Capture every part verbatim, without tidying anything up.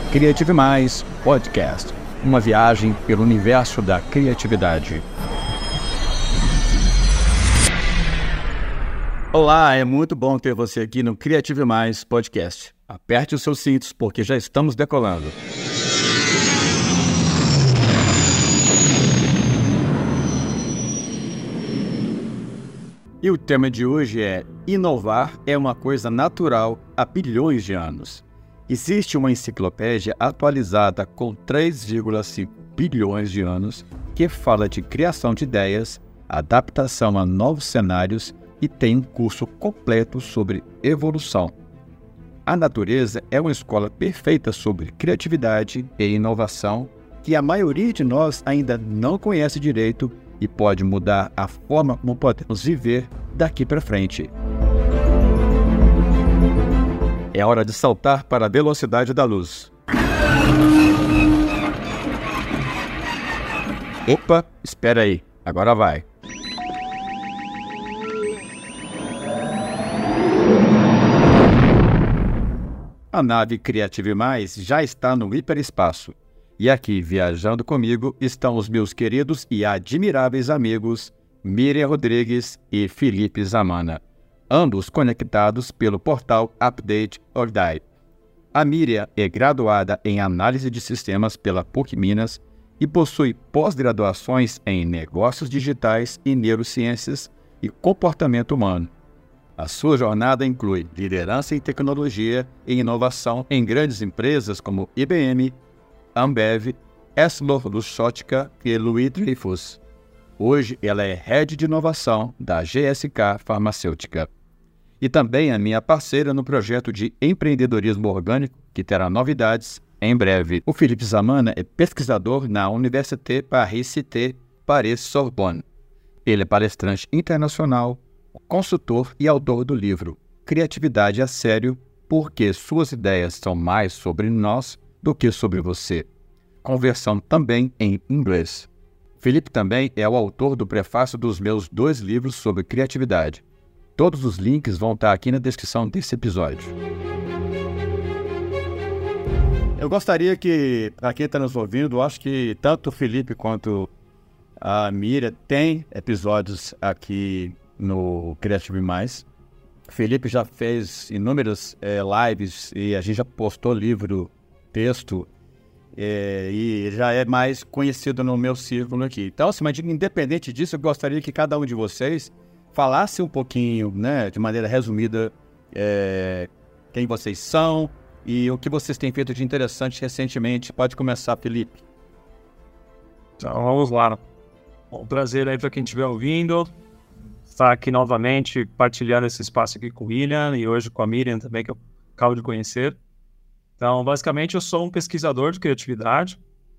Creative Mais Podcast, uma viagem pelo universo da criatividade. Olá, é muito bom ter você aqui no Creative Mais Podcast. Aperte os seus cintos porque já estamos decolando. E o tema de hoje é: inovar é uma coisa natural há bilhões de anos. Existe uma enciclopédia atualizada com três vírgula cinco bilhões de anos que fala de criação de ideias, adaptação a novos cenários e tem um curso completo sobre evolução. A natureza é uma escola perfeita sobre criatividade e inovação que a maioria de nós ainda não conhece direito e pode mudar a forma como podemos viver daqui para frente. É hora de saltar para a velocidade da luz. Opa, espera aí, agora vai. A nave Creative Mais já está no hiperespaço. E aqui, viajando comigo, estão os meus queridos e admiráveis amigos Miriam Rodrigues e Felipe Zamana, ambos conectados pelo portal Update or Die. A Miriam é graduada em Análise de Sistemas pela PUC Minas e possui pós-graduações em Negócios Digitais e Neurociências e Comportamento Humano. A sua jornada inclui liderança em tecnologia e inovação em grandes empresas como I B M, Ambev, EssilorLuxottica e Louis Dreyfus. Hoje ela é Head de Inovação da G S K Farmacêutica. E também a minha parceira no projeto de empreendedorismo orgânico, que terá novidades em breve. O Felipe Zamana é pesquisador na Université Paris-Cité Paris-Sorbonne. Ele é palestrante internacional, consultor e autor do livro Criatividade a Sério, porque suas ideias são mais sobre nós do que sobre você, com versão também em inglês. Felipe também é o autor do prefácio dos meus dois livros sobre criatividade. Todos os links vão estar aqui na descrição desse episódio. Eu gostaria que, para quem está nos ouvindo, eu acho que tanto o Felipe quanto a Miriam têm episódios aqui no Creative Mais. O Felipe já fez inúmeras é, lives e a gente já postou livro, texto, é, e já é mais conhecido no meu círculo aqui. Então, assim, mas independente disso, eu gostaria que cada um de vocês falasse um pouquinho, né, de maneira resumida, é, quem vocês são e o que vocês têm feito de interessante recentemente. Pode começar, Felipe. Então, vamos lá. Bom, prazer aí para quem estiver ouvindo. Estar aqui novamente, partilhando esse espaço aqui com o William e hoje com a Miriam também, que eu acabo de conhecer. Então, basicamente, eu sou um pesquisador de criatividade,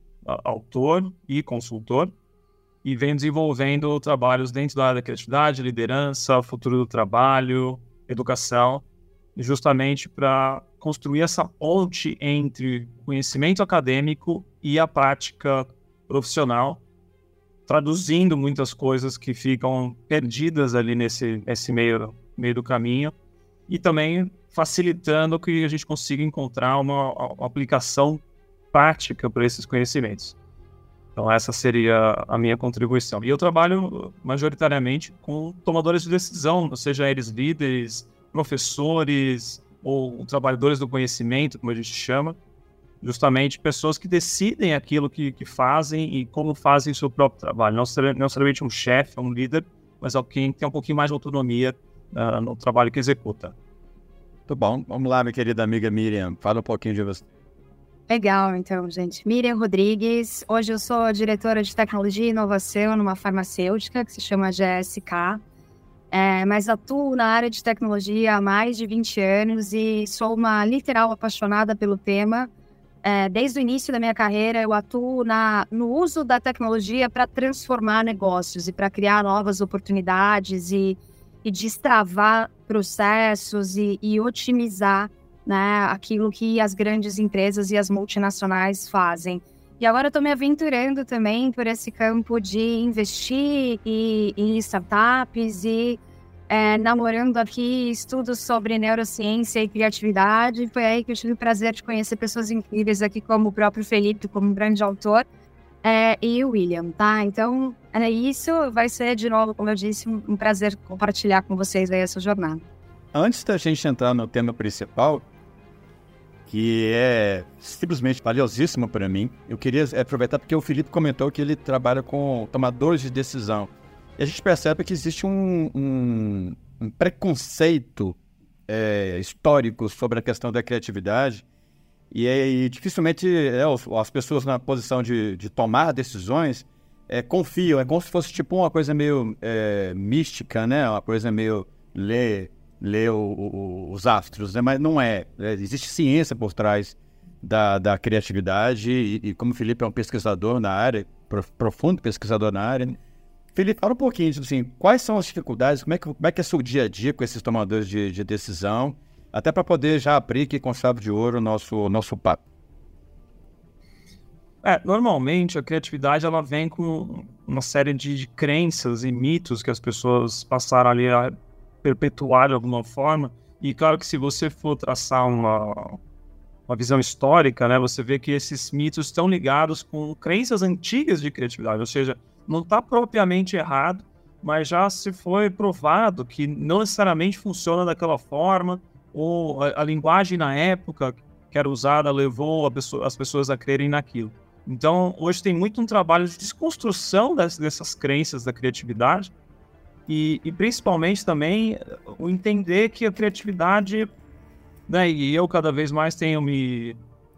autor e consultor, e venho desenvolvendo trabalhos dentro da área da criatividade, liderança, futuro do trabalho, educação, justamente para construir essa ponte entre o conhecimento acadêmico e a prática profissional, traduzindo muitas coisas que ficam perdidas ali nesse, nesse meio, meio do caminho, e também facilitando que a gente consiga encontrar uma, uma aplicação prática para esses conhecimentos. Então essa seria a minha contribuição. E eu trabalho majoritariamente com tomadores de decisão, seja eles líderes, professores ou trabalhadores do conhecimento, como a gente chama, justamente pessoas que decidem aquilo que, que fazem e como fazem o seu próprio trabalho. Não necessariamente um chefe, um líder, mas alguém que tem um pouquinho mais de autonomia uh, no trabalho que executa. Muito bom. Vamos lá, minha querida amiga Miriam. Fala um pouquinho de você. Legal, então, gente. Miriam Rodrigues. Hoje eu sou diretora de tecnologia e inovação numa farmacêutica que se chama G S K. É, mas atuo na área de tecnologia há mais de vinte anos e sou uma literal apaixonada pelo tema. É, desde o início da minha carreira, eu atuo na, no uso da tecnologia para transformar negócios e para criar novas oportunidades e, e destravar processos e, e otimizar, né, aquilo que as grandes empresas e as multinacionais fazem. E agora eu estou me aventurando também por esse campo de investir e, em startups e é, namorando aqui estudos sobre neurociência e criatividade. Foi aí que eu tive o prazer de conhecer pessoas incríveis aqui, como o próprio Felipe, como um grande autor, é, e o William, tá? Então, é isso. Vai ser, de novo, como eu disse, um, um prazer compartilhar com vocês aí essa jornada. Antes da gente entrar no tema principal, que é simplesmente valiosíssimo para mim, eu queria aproveitar porque o Felipe comentou que ele trabalha com tomadores de decisão. E a gente percebe que existe um, um, um preconceito é, histórico sobre a questão da criatividade e, e dificilmente é, as pessoas na posição de, de tomar decisões é, confiam. É como se fosse tipo uma coisa meio é, mística, né? Uma coisa meio ler... ler o, o, os astros, né? Mas não é. é. Existe ciência por trás da, da criatividade e, e como o Felipe é um pesquisador na área, prof, profundo pesquisador na área, né? Felipe, fala um pouquinho, assim, quais são as dificuldades, como é que, como é, que é seu dia a dia com esses tomadores de, de decisão, até para poder já abrir aqui com chave de ouro o nosso, nosso papo. É, normalmente a criatividade ela vem com uma série de, de crenças e mitos que as pessoas passaram ali a perpetuar de alguma forma, e claro que se você for traçar uma, uma visão histórica, né, você vê que esses mitos estão ligados com crenças antigas de criatividade, ou seja, não está propriamente errado, mas já se foi provado que não necessariamente funciona daquela forma, ou a, a linguagem na época que era usada levou a pessoa, as pessoas a crerem naquilo. Então, hoje tem muito um trabalho de desconstrução das, dessas crenças da criatividade, E, e principalmente também o entender que a criatividade, né, e eu cada vez mais tenho me,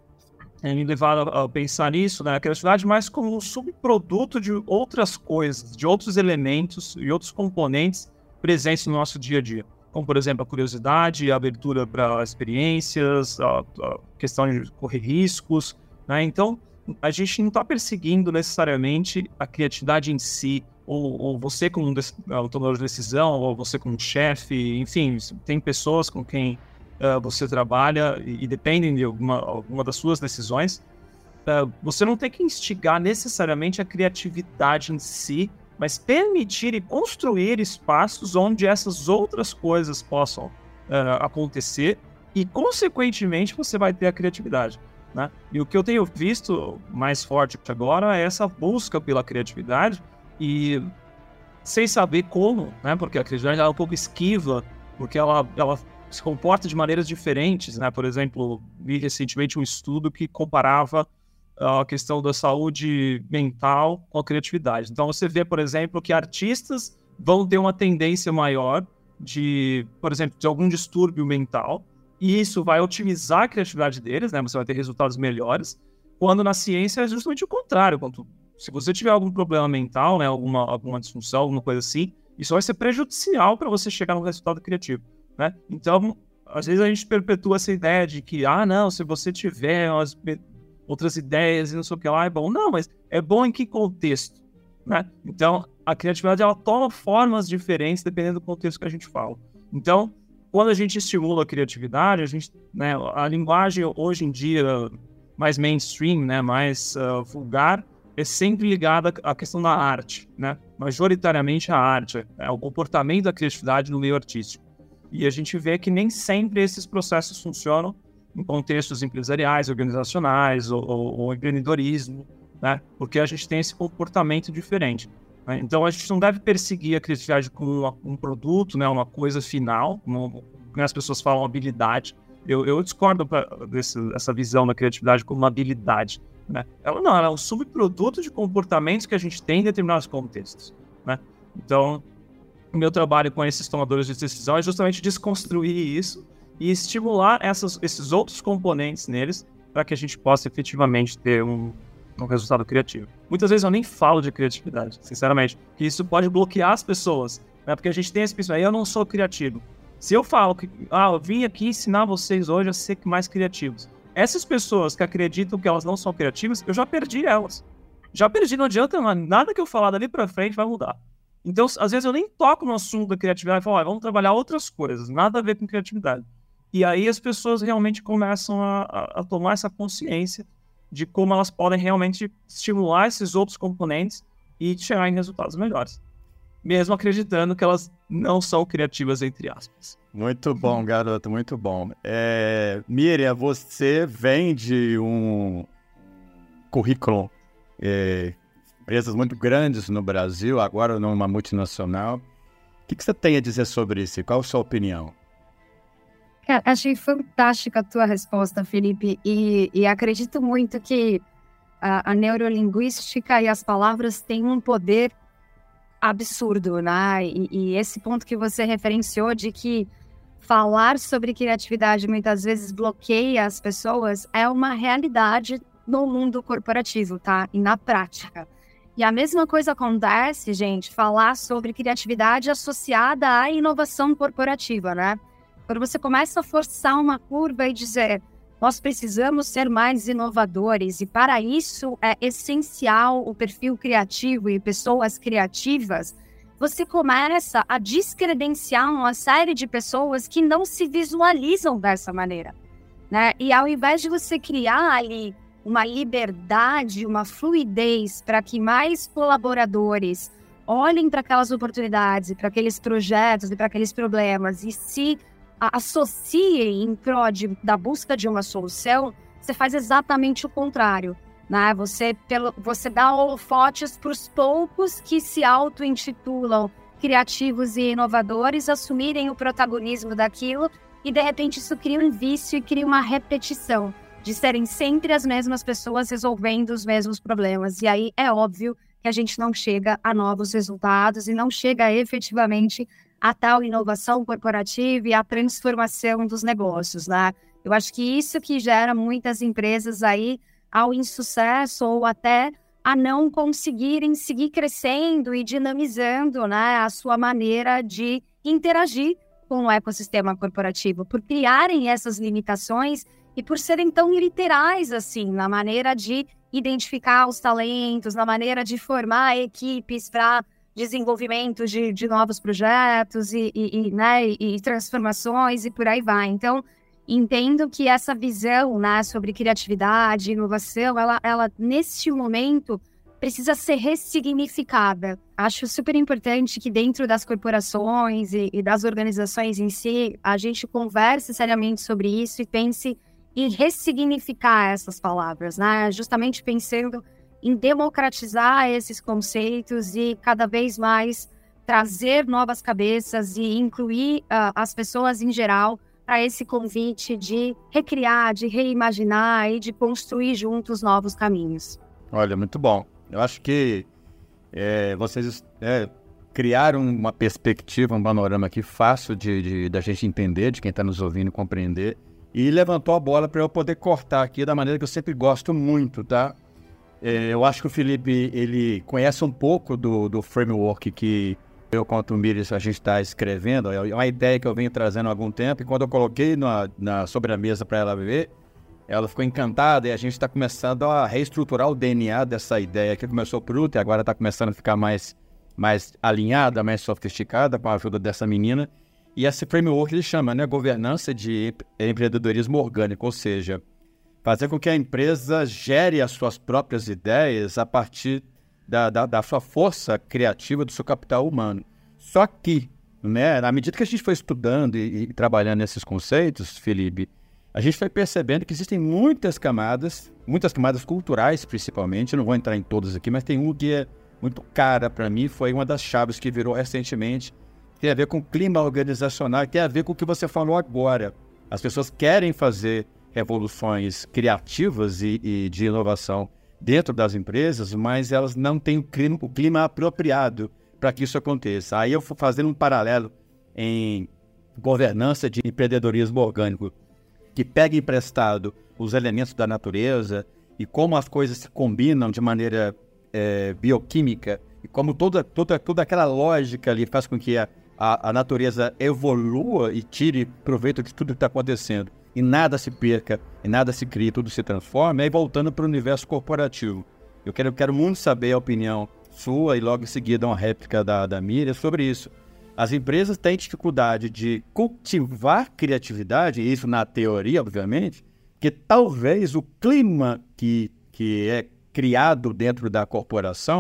tenho me levado a, a pensar nisso, né, a criatividade mais como um subproduto de outras coisas, de outros elementos e outros componentes presentes no nosso dia a dia. Como, por exemplo, a curiosidade, a abertura para experiências, a, a questão de correr riscos, né? Então, a gente não está perseguindo necessariamente a criatividade em si, Ou, ou você como um, um tomador de decisão, ou você como um chefe, enfim, tem pessoas com quem uh, você trabalha e, e dependem de alguma, alguma das suas decisões, uh, você não tem que instigar necessariamente a criatividade em si, mas permitir e construir espaços onde essas outras coisas possam uh, acontecer e, consequentemente, você vai ter a criatividade, né? E o que eu tenho visto mais forte agora é essa busca pela criatividade, e sem saber como, né? Porque a criatividade ela é um pouco esquiva, porque ela, ela se comporta de maneiras diferentes, né? Por exemplo, vi recentemente um estudo que comparava a questão da saúde mental com a criatividade. Então você vê, por exemplo, que artistas vão ter uma tendência maior de, por exemplo, de algum distúrbio mental, e isso vai otimizar a criatividade deles, né? Você vai ter resultados melhores, quando na ciência é justamente o contrário. Quando Se você tiver algum problema mental, né, alguma, alguma disfunção, alguma coisa assim, isso vai ser prejudicial para você chegar no resultado criativo, né? Então, às vezes a gente perpetua essa ideia de que, ah, não, se você tiver umas outras ideias e não sei o que lá, é bom. Não, mas é bom em que contexto, né? Então, a criatividade, ela toma formas diferentes dependendo do contexto que a gente fala. Então, quando a gente estimula a criatividade, a gente, né, a linguagem hoje em dia mais mainstream, né, mais uh, vulgar, é sempre ligada à questão da arte, né? Majoritariamente a arte, é o comportamento da criatividade no meio artístico. E a gente vê que nem sempre esses processos funcionam em contextos empresariais, organizacionais ou, ou, ou empreendedorismo, né? Porque a gente tem esse comportamento diferente, né? Então a gente não deve perseguir a criatividade como uma, um produto, né? Uma coisa final, como as pessoas falam, habilidade. Eu, eu discordo pra, desse, dessa visão da criatividade como uma habilidade, né? Ela não, ela é um subproduto de comportamentos que a gente tem em determinados contextos, né? Então, o meu trabalho com esses tomadores de decisão é justamente desconstruir isso e estimular essas, esses outros componentes neles para que a gente possa efetivamente ter um, um resultado criativo. Muitas vezes eu nem falo de criatividade, sinceramente, que isso pode bloquear as pessoas, né? Porque a gente tem esse pensamento, eu não sou criativo. Se eu falo que, ah, eu vim aqui ensinar vocês hoje a ser mais criativos, essas pessoas que acreditam que elas não são criativas, eu já perdi elas. Já perdi, não adianta nada que eu falar dali pra frente vai mudar. Então, às vezes eu nem toco no assunto da criatividade e falo, ah, vamos trabalhar outras coisas, nada a ver com criatividade. E aí as pessoas realmente começam a, a, a tomar essa consciência de como elas podem realmente estimular esses outros componentes e chegar em resultados melhores. Mesmo acreditando que elas não são criativas, entre aspas. Muito bom, garoto, muito bom. É, Miriam, você vem de um currículo, é, empresas muito grandes no Brasil, agora numa multinacional. O que, que você tem a dizer sobre isso? Qual a sua opinião? Cara, achei fantástica a tua resposta, Felipe, e, e acredito muito que a, a neurolinguística e as palavras têm um poder absurdo, né? E, e esse ponto que você referenciou de que falar sobre criatividade muitas vezes bloqueia as pessoas é uma realidade no mundo corporativo, tá? E na prática. E a mesma coisa acontece, gente, falar sobre criatividade associada à inovação corporativa, né? Quando você começa a forçar uma curva e dizer, nós precisamos ser mais inovadores e para isso é essencial o perfil criativo e pessoas criativas, você começa a descredenciar uma série de pessoas que não se visualizam dessa maneira, né? E ao invés de você criar ali uma liberdade, uma fluidez para que mais colaboradores olhem para aquelas oportunidades, para aqueles projetos e para aqueles problemas e se associem em prol de, da busca de uma solução, você faz exatamente o contrário, né? Você, pelo, você dá holofotes para os poucos que se auto-intitulam criativos e inovadores assumirem o protagonismo daquilo e, de repente, isso cria um vício e cria uma repetição de serem sempre as mesmas pessoas resolvendo os mesmos problemas. E aí é óbvio que a gente não chega a novos resultados e não chega efetivamente a tal inovação corporativa e a transformação dos negócios, né? Eu acho que isso que gera muitas empresas aí ao insucesso ou até a não conseguirem seguir crescendo e dinamizando, né, a sua maneira de interagir com o ecossistema corporativo, por criarem essas limitações e por serem tão literais assim, na maneira de identificar os talentos, na maneira de formar equipes para desenvolvimento de, de novos projetos e, e, e, né, e, e transformações e por aí vai. Então, entendo que essa visão, né, sobre criatividade, inovação, ela, ela, neste momento, precisa ser ressignificada. Acho super importante que dentro das corporações e, e das organizações em si, a gente converse seriamente sobre isso e pense em ressignificar essas palavras, né? Justamente pensando em democratizar esses conceitos e cada vez mais trazer novas cabeças e incluir uh, as pessoas em geral para esse convite de recriar, de reimaginar e de construir juntos novos caminhos. Olha, muito bom. Eu acho que é, vocês é, criaram uma perspectiva, um panorama aqui fácil de, de, da gente entender, de quem está nos ouvindo compreender, e levantou a bola para eu poder cortar aqui da maneira que eu sempre gosto muito, tá? É, eu acho que o Felipe, ele conhece um pouco do, do framework que eu, quanto o Miriam, a gente está escrevendo. É uma ideia que eu venho trazendo há algum tempo, e quando eu coloquei na, na, sobre a mesa para ela ver, ela ficou encantada e a gente está começando a reestruturar o D N A dessa ideia que começou bruta e agora está começando a ficar mais, mais alinhada, mais sofisticada com a ajuda dessa menina. E esse framework ele chama, né, governança de empreendedorismo orgânico, ou seja, fazer com que a empresa gere as suas próprias ideias a partir da, da, da sua força criativa, do seu capital humano. Só que, né, na medida que a gente foi estudando e, e trabalhando nesses conceitos, Felipe, a gente foi percebendo que existem muitas camadas, muitas camadas culturais principalmente, eu não vou entrar em todas aqui, mas tem um que é muito cara para mim, foi uma das chaves que virou recentemente, tem a ver com o clima organizacional, tem a ver com o que você falou agora. As pessoas querem fazer revoluções criativas e, e de inovação dentro das empresas, mas elas não têm o clima, o clima apropriado para que isso aconteça. Aí eu fui fazendo um paralelo em governança de empreendedorismo orgânico, que pega emprestado os elementos da natureza e como as coisas se combinam de maneira é, bioquímica e como toda, toda, toda aquela lógica ali faz com que a, a, a natureza evolua e tire proveito de tudo que está acontecendo. E nada se perca, e nada se cria, tudo se transforma, e aí voltando para o universo corporativo. Eu quero, eu quero muito saber a opinião sua e logo em seguida uma réplica da, da Miriam sobre isso. As empresas têm dificuldade de cultivar criatividade, isso na teoria, obviamente, porque talvez o clima que, que é criado dentro da corporação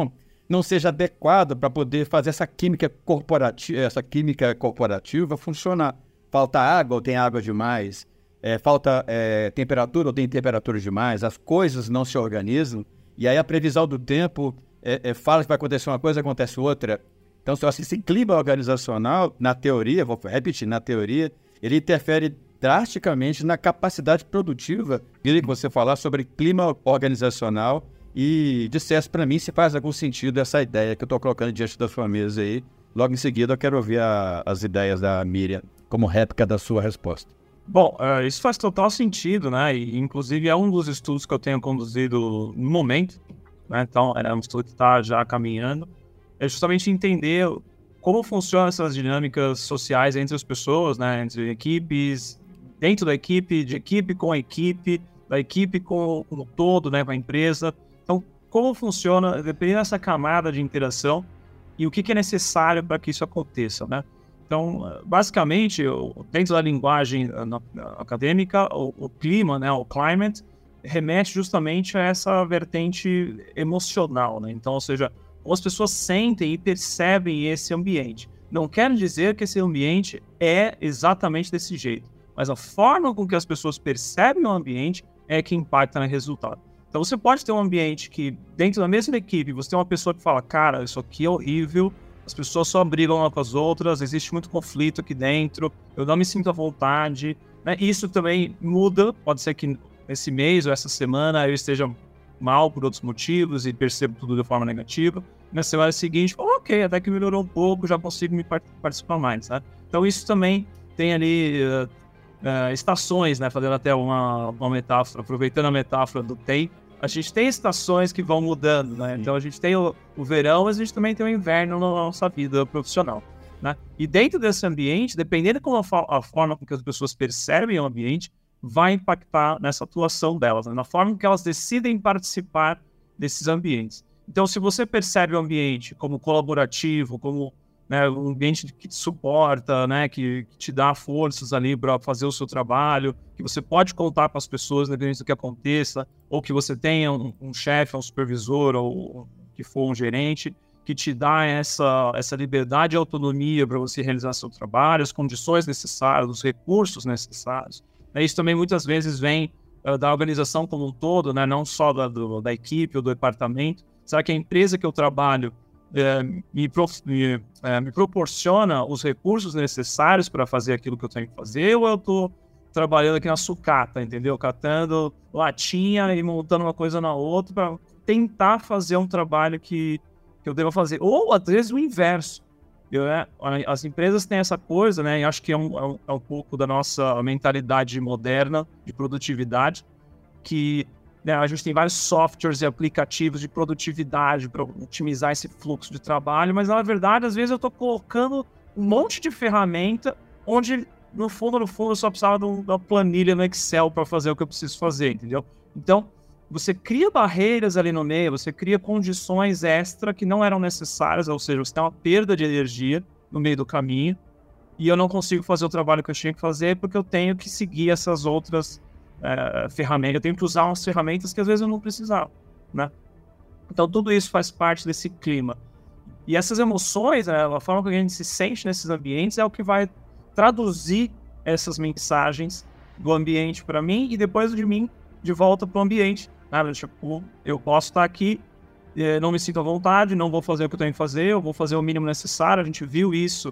não seja adequado para poder fazer essa química corporativa, essa química corporativa funcionar. Falta água ou tem água demais, é, falta é, temperatura ou tem temperatura demais, as coisas não se organizam, e aí a previsão do tempo é, é, fala que vai acontecer uma coisa, acontece outra. Então, se esse clima organizacional, na teoria, vou repetir, na teoria, ele interfere drasticamente na capacidade produtiva. Queria que você falasse sobre clima organizacional e dissesse para mim se faz algum sentido essa ideia que eu estou colocando diante da sua mesa aí. Logo em seguida, eu quero ouvir a, as ideias da Miriam como réplica da sua resposta. Bom, uh, isso faz total sentido, né? E, inclusive, é um dos estudos que eu tenho conduzido no momento, né? Então, é um estudo que está já caminhando. É justamente entender como funcionam essas dinâmicas sociais entre as pessoas, né? Entre equipes, dentro da equipe, de equipe com a equipe, da equipe com, com o todo, né? Com a empresa. Então, como funciona, dependendo dessa camada de interação e o que, que é necessário para que isso aconteça, né? Então, basicamente, dentro da linguagem acadêmica, o, o clima, né? O climate, remete justamente a essa vertente emocional, né? Então, ou seja, as pessoas sentem e percebem esse ambiente. Não quer dizer que esse ambiente é exatamente desse jeito, mas a forma com que as pessoas percebem o ambiente é que impacta no resultado. Então você pode ter um ambiente que, dentro da mesma equipe, você tem uma pessoa que fala, cara, isso aqui é horrível, as pessoas só brigam umas com as outras, existe muito conflito aqui dentro, eu não me sinto à vontade, né? Isso também muda, pode ser que esse mês ou essa semana eu esteja mal por outros motivos e percebo tudo de forma negativa. Na semana seguinte, oh, ok, até que melhorou um pouco, já consigo me part- participar mais, né? Então isso também tem ali uh, uh, estações, né? Fazendo até uma, uma metáfora, aproveitando a metáfora do tempo, a gente tem estações que vão mudando, né? Então a gente tem o, o verão, mas a gente também tem o inverno na nossa vida profissional, né? E dentro desse ambiente, dependendo de como a, a forma com que as pessoas percebem o ambiente, vai impactar nessa atuação delas, né? Na forma que elas decidem participar desses ambientes. Então, se você percebe o ambiente como colaborativo, como, né, um ambiente que te suporta, né, que, que te dá forças ali para fazer o seu trabalho, que você pode contar com as pessoas independente do que aconteça, ou que você tenha um, um chefe, um supervisor, ou que for um gerente, que te dá essa, essa liberdade e autonomia para você realizar seu trabalho, as condições necessárias, os recursos necessários. Isso também muitas vezes vem uh, da organização como um todo, né? Não só da, do, da equipe ou do departamento. Será que a empresa que eu trabalho uh, me, prof, me, uh, me proporciona os recursos necessários para fazer aquilo que eu tenho que fazer, ou eu estou trabalhando aqui na sucata, entendeu? Catando latinha e montando uma coisa na outra para tentar fazer um trabalho que, que eu devo fazer. Ou, às vezes, o inverso. Eu, né, as empresas têm essa coisa, né, e acho que é um, é, um, é um pouco da nossa mentalidade moderna de produtividade, que, né, a gente tem vários softwares e aplicativos de produtividade para otimizar esse fluxo de trabalho, mas na verdade, às vezes eu estou colocando um monte de ferramenta onde, no fundo, no fundo, eu só precisava de uma planilha no Excel para fazer o que eu preciso fazer, entendeu? Então, você cria barreiras ali no meio, você cria condições extra que não eram necessárias, ou seja, você tem uma perda de energia no meio do caminho, e eu não consigo fazer o trabalho que eu tinha que fazer porque eu tenho que seguir essas outras é, ferramentas, eu tenho que usar umas ferramentas que às vezes eu não precisava, né? Então tudo isso faz parte desse clima. E essas emoções, né, a forma que a gente se sente nesses ambientes é o que vai traduzir essas mensagens do ambiente para mim e depois de mim de volta para o ambiente. Né? Tipo, eu posso estar aqui, eh, não me sinto à vontade, não vou fazer o que eu tenho que fazer, eu vou fazer o mínimo necessário. A gente viu isso,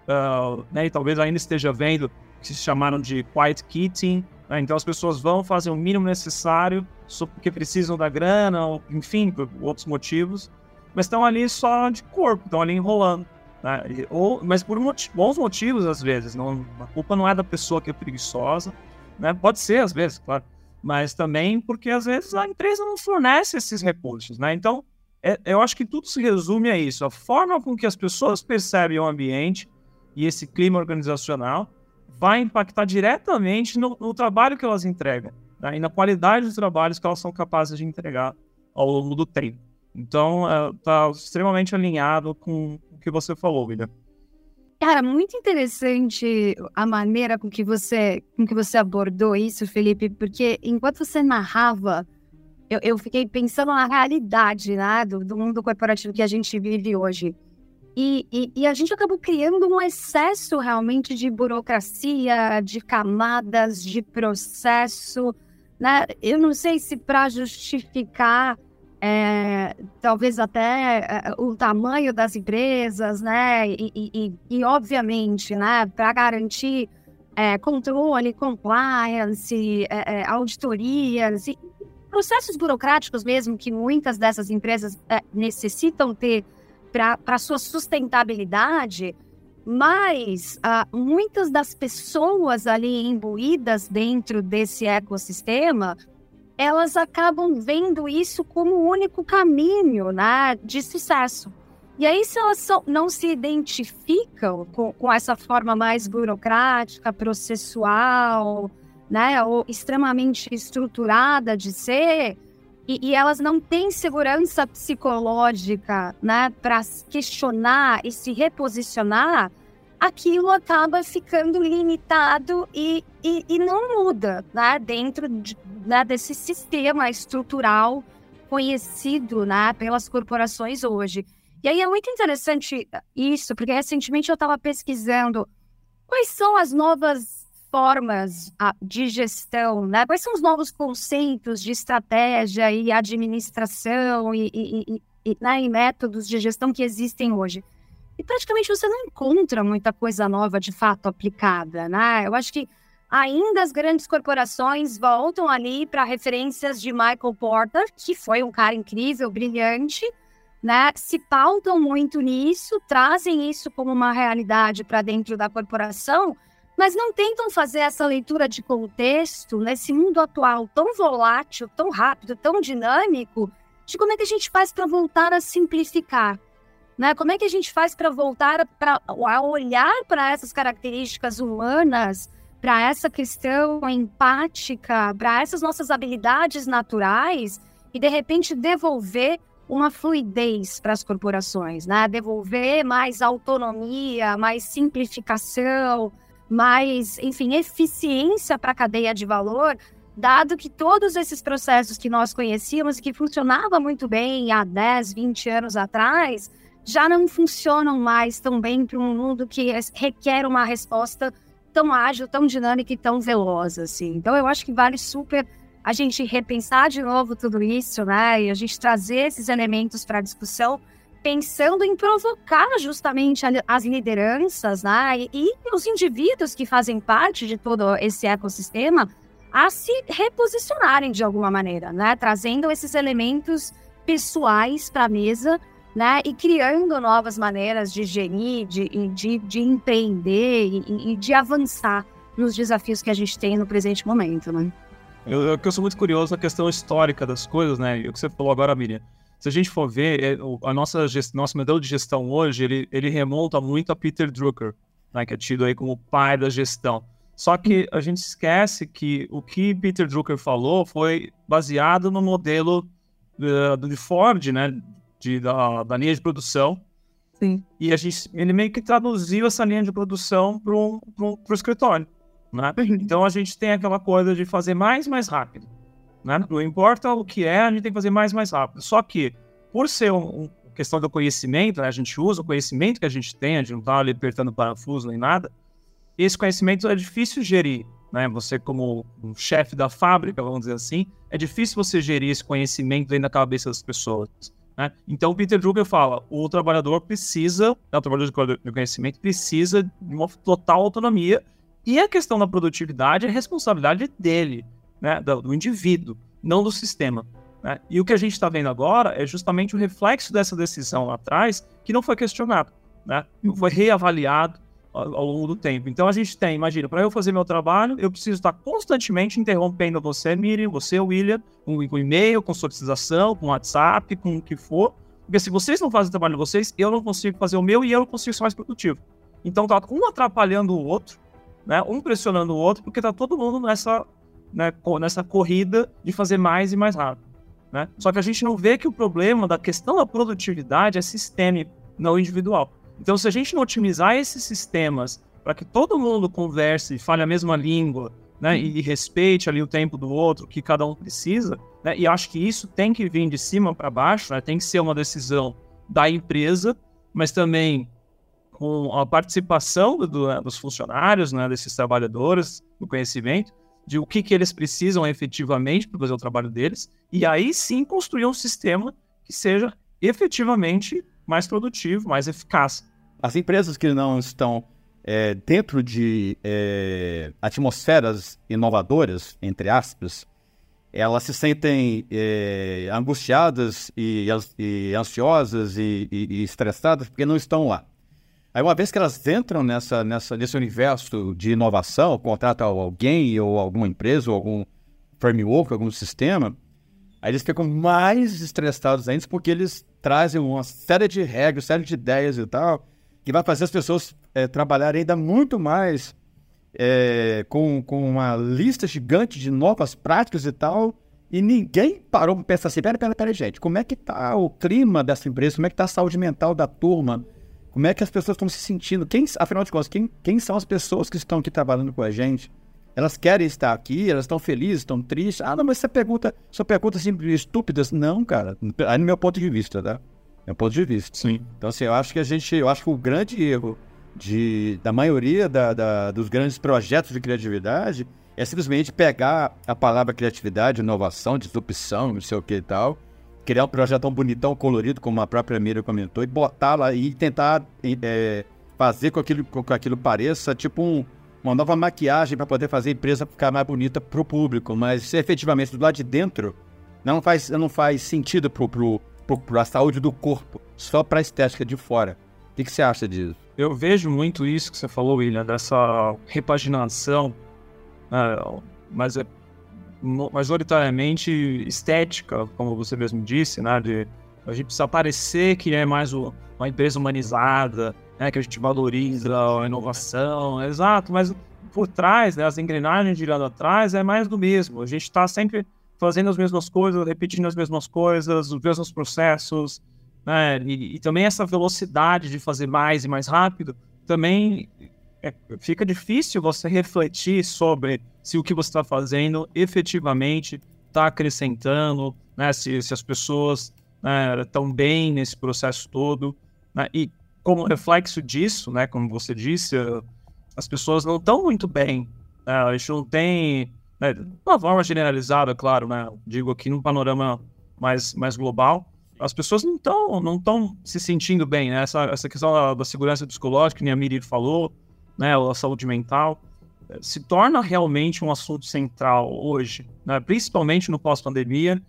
uh, né, e talvez ainda esteja vendo, que se chamaram de quiet quitting. Né? Então as pessoas vão fazer o mínimo necessário só porque precisam da grana, ou, enfim, por outros motivos, mas estão ali só de corpo, estão ali enrolando. Né? E, ou, mas por moti- bons motivos, às vezes. Não, a culpa não é da pessoa que é preguiçosa, né? Pode ser, às vezes, claro. Mas também porque, às vezes, a empresa não fornece esses recursos, né? Então, é, eu acho que tudo se resume a isso. A forma com que as pessoas percebem o ambiente e esse clima organizacional vai impactar diretamente no, no trabalho que elas entregam, né? E na qualidade dos trabalhos que elas são capazes de entregar ao longo do tempo. Então, está extremamente alinhado com o que você falou, William. Cara, muito interessante a maneira com que você, com que você abordou isso, Felipe, porque enquanto você narrava, eu, eu fiquei pensando na realidade, né, do, do mundo corporativo que a gente vive hoje. E, e, e a gente acabou criando um excesso realmente de burocracia, de camadas, de processo, né? Eu não sei se para justificar, é, talvez até é, o tamanho das empresas, né? E, e, e obviamente, né, para garantir é, controle, compliance, é, é, auditorias e processos burocráticos mesmo que muitas dessas empresas é, necessitam ter para a sua sustentabilidade, mas ah, muitas das pessoas ali imbuídas dentro desse ecossistema, elas acabam vendo isso como o único caminho, né, de sucesso. E aí, se elas são, não se identificam com, com essa forma mais burocrática, processual, né, ou extremamente estruturada de ser, E, e elas não têm segurança psicológica, né, para questionar e se reposicionar, aquilo acaba ficando limitado e, e, e não muda, né, dentro de, né, desse sistema estrutural conhecido, né, pelas corporações hoje. E aí é muito interessante isso, porque recentemente eu estava pesquisando quais são as novas formas de gestão, né? Quais são os novos conceitos de estratégia e administração e, e, e, né, e métodos de gestão que existem hoje? E praticamente você não encontra muita coisa nova de fato aplicada, né? Eu acho que ainda as grandes corporações voltam ali para referências de Michael Porter, que foi um cara incrível, brilhante, né? Se pautam muito nisso, trazem isso como uma realidade para dentro da corporação, mas não tentam fazer essa leitura de contexto nesse mundo atual tão volátil, tão rápido, tão dinâmico, de como é que a gente faz para voltar a simplificar, né? Como é que a gente faz para voltar pra, a olhar para essas características humanas, para essa questão empática, para essas nossas habilidades naturais e, de repente, devolver uma fluidez para as corporações, né? Devolver mais autonomia, mais simplificação, mais, enfim, eficiência para a cadeia de valor, dado que todos esses processos que nós conhecíamos e que funcionavam muito bem há dez, vinte anos atrás, já não funcionam mais tão bem para um mundo que requer uma resposta tão ágil, tão dinâmica e tão veloz, assim. Então, eu acho que vale super a gente repensar de novo tudo isso, né? E a gente trazer esses elementos para a discussão, pensando em provocar justamente as lideranças, né, e, e os indivíduos que fazem parte de todo esse ecossistema a se reposicionarem de alguma maneira, né, trazendo esses elementos pessoais para a mesa, né, e criando novas maneiras de gerir, de, de, de empreender e, e de avançar nos desafios que a gente tem no presente momento, né. Eu, eu, eu sou muito curioso na questão histórica das coisas, né, e o que você falou agora, Miriam. Se a gente for ver, a nossa gest... nosso modelo de gestão hoje, ele, ele remonta muito a Peter Drucker, né, que é tido aí como o pai da gestão. Só que a gente esquece que o que Peter Drucker falou foi baseado no modelo uh, de Ford, né, de, da, da linha de produção. Sim. E a gente, ele meio que traduziu essa linha de produção para o escritório, né? Então a gente tem aquela coisa de fazer mais, mais rápido. Né? Não importa o que é, a gente tem que fazer mais mais rápido. Só que, por ser uma um, questão do conhecimento, né? A gente usa o conhecimento que a gente tem, a gente não está ali apertando parafuso nem nada, esse conhecimento é difícil gerir, né? Você como um chefe da fábrica, vamos dizer assim, é difícil você gerir esse conhecimento dentro da cabeça das pessoas, né? Então o Peter Drucker fala, o trabalhador precisa, né, o trabalhador de conhecimento precisa de uma total autonomia, e a questão da produtividade é responsabilidade dele, né, do, do indivíduo, não do sistema, né? E o que a gente está vendo agora é justamente o reflexo dessa decisão lá atrás, que não foi questionado, né? Não foi reavaliado ao, ao longo do tempo. Então a gente tem, imagina, para eu fazer meu trabalho, eu preciso estar constantemente interrompendo você, Miriam, você, William, com, com e-mail, com solicitação, com WhatsApp, com o que for, porque se vocês não fazem o trabalho de vocês, eu não consigo fazer o meu e eu não consigo ser mais produtivo. Então tá um atrapalhando o outro, né? Um pressionando o outro, porque tá todo mundo nessa... Né, nessa corrida de fazer mais e mais rápido, né? Só que a gente não vê que o problema da questão da produtividade é sistêmico, não individual. Então, se a gente não otimizar esses sistemas para que todo mundo converse e fale a mesma língua, né, e respeite ali o tempo do outro, que cada um precisa, né, e acho que isso tem que vir de cima para baixo, né, tem que ser uma decisão da empresa, mas também com a participação do, do, dos funcionários, né, desses trabalhadores, do conhecimento, de o que, que eles precisam efetivamente para fazer o trabalho deles, e aí sim construir um sistema que seja efetivamente mais produtivo, mais eficaz. As empresas que não estão é, dentro de é, atmosferas inovadoras, entre aspas, elas se sentem é, angustiadas e, e ansiosas e, e, e estressadas porque não estão lá. Aí uma vez que elas entram nessa, nessa, nesse universo de inovação, contratam alguém ou alguma empresa ou algum framework, algum sistema, aí eles ficam mais estressados ainda porque eles trazem uma série de regras, série de ideias e tal, que vai fazer as pessoas é, trabalharem ainda muito mais é, com, com uma lista gigante de novas práticas e tal, e ninguém parou para pensar assim, pera, pera, pera, gente, como é que tá o clima dessa empresa, como é que tá a saúde mental da turma, como é que as pessoas estão se sentindo, quem, afinal de contas, quem, quem são as pessoas que estão aqui trabalhando com a gente? Elas querem estar aqui, elas estão felizes, estão tristes. Ah, não, mas você pergunta, só pergunta assim, estúpidas. Não, cara, aí no meu ponto de vista, tá? Meu ponto de vista. Sim. Então, assim, eu acho que a gente, eu acho que o grande erro de, da maioria da, da, dos grandes projetos de criatividade é simplesmente pegar a palavra criatividade, inovação, disrupção, não sei o que e tal, criar um projeto tão bonitão, colorido, como a própria Miriam comentou, e botar lá e tentar é, fazer com que aquilo, com que aquilo pareça tipo um uma nova maquiagem para poder fazer a empresa ficar mais bonita para o público, mas se efetivamente do lado de dentro não faz, não faz sentido para a saúde do corpo, só para a estética de fora. O que, que você acha disso? Eu vejo muito isso que você falou, William, dessa repaginação, né, mas é majoritariamente estética, como você mesmo disse, né, de a gente precisa parecer que é mais uma empresa humanizada, né, que a gente valoriza a inovação, exato, mas por trás, né, as engrenagens girando atrás é mais do mesmo. A gente está sempre fazendo as mesmas coisas, repetindo as mesmas coisas, os mesmos processos, né, e, e também essa velocidade de fazer mais e mais rápido, também é, fica difícil você refletir sobre se o que você está fazendo efetivamente está acrescentando, né, se, se as pessoas estão né, bem nesse processo todo, né, e como reflexo disso, né, como você disse, as pessoas não estão muito bem, né, a gente não tem, né, de uma forma generalizada, claro, né, digo aqui num panorama mais, mais global, as pessoas não estão não estão se sentindo bem, né, essa, essa questão da, da segurança psicológica, que nem a Miri falou, né, a saúde mental, se torna realmente um assunto central hoje, né, principalmente no pós-pandemia,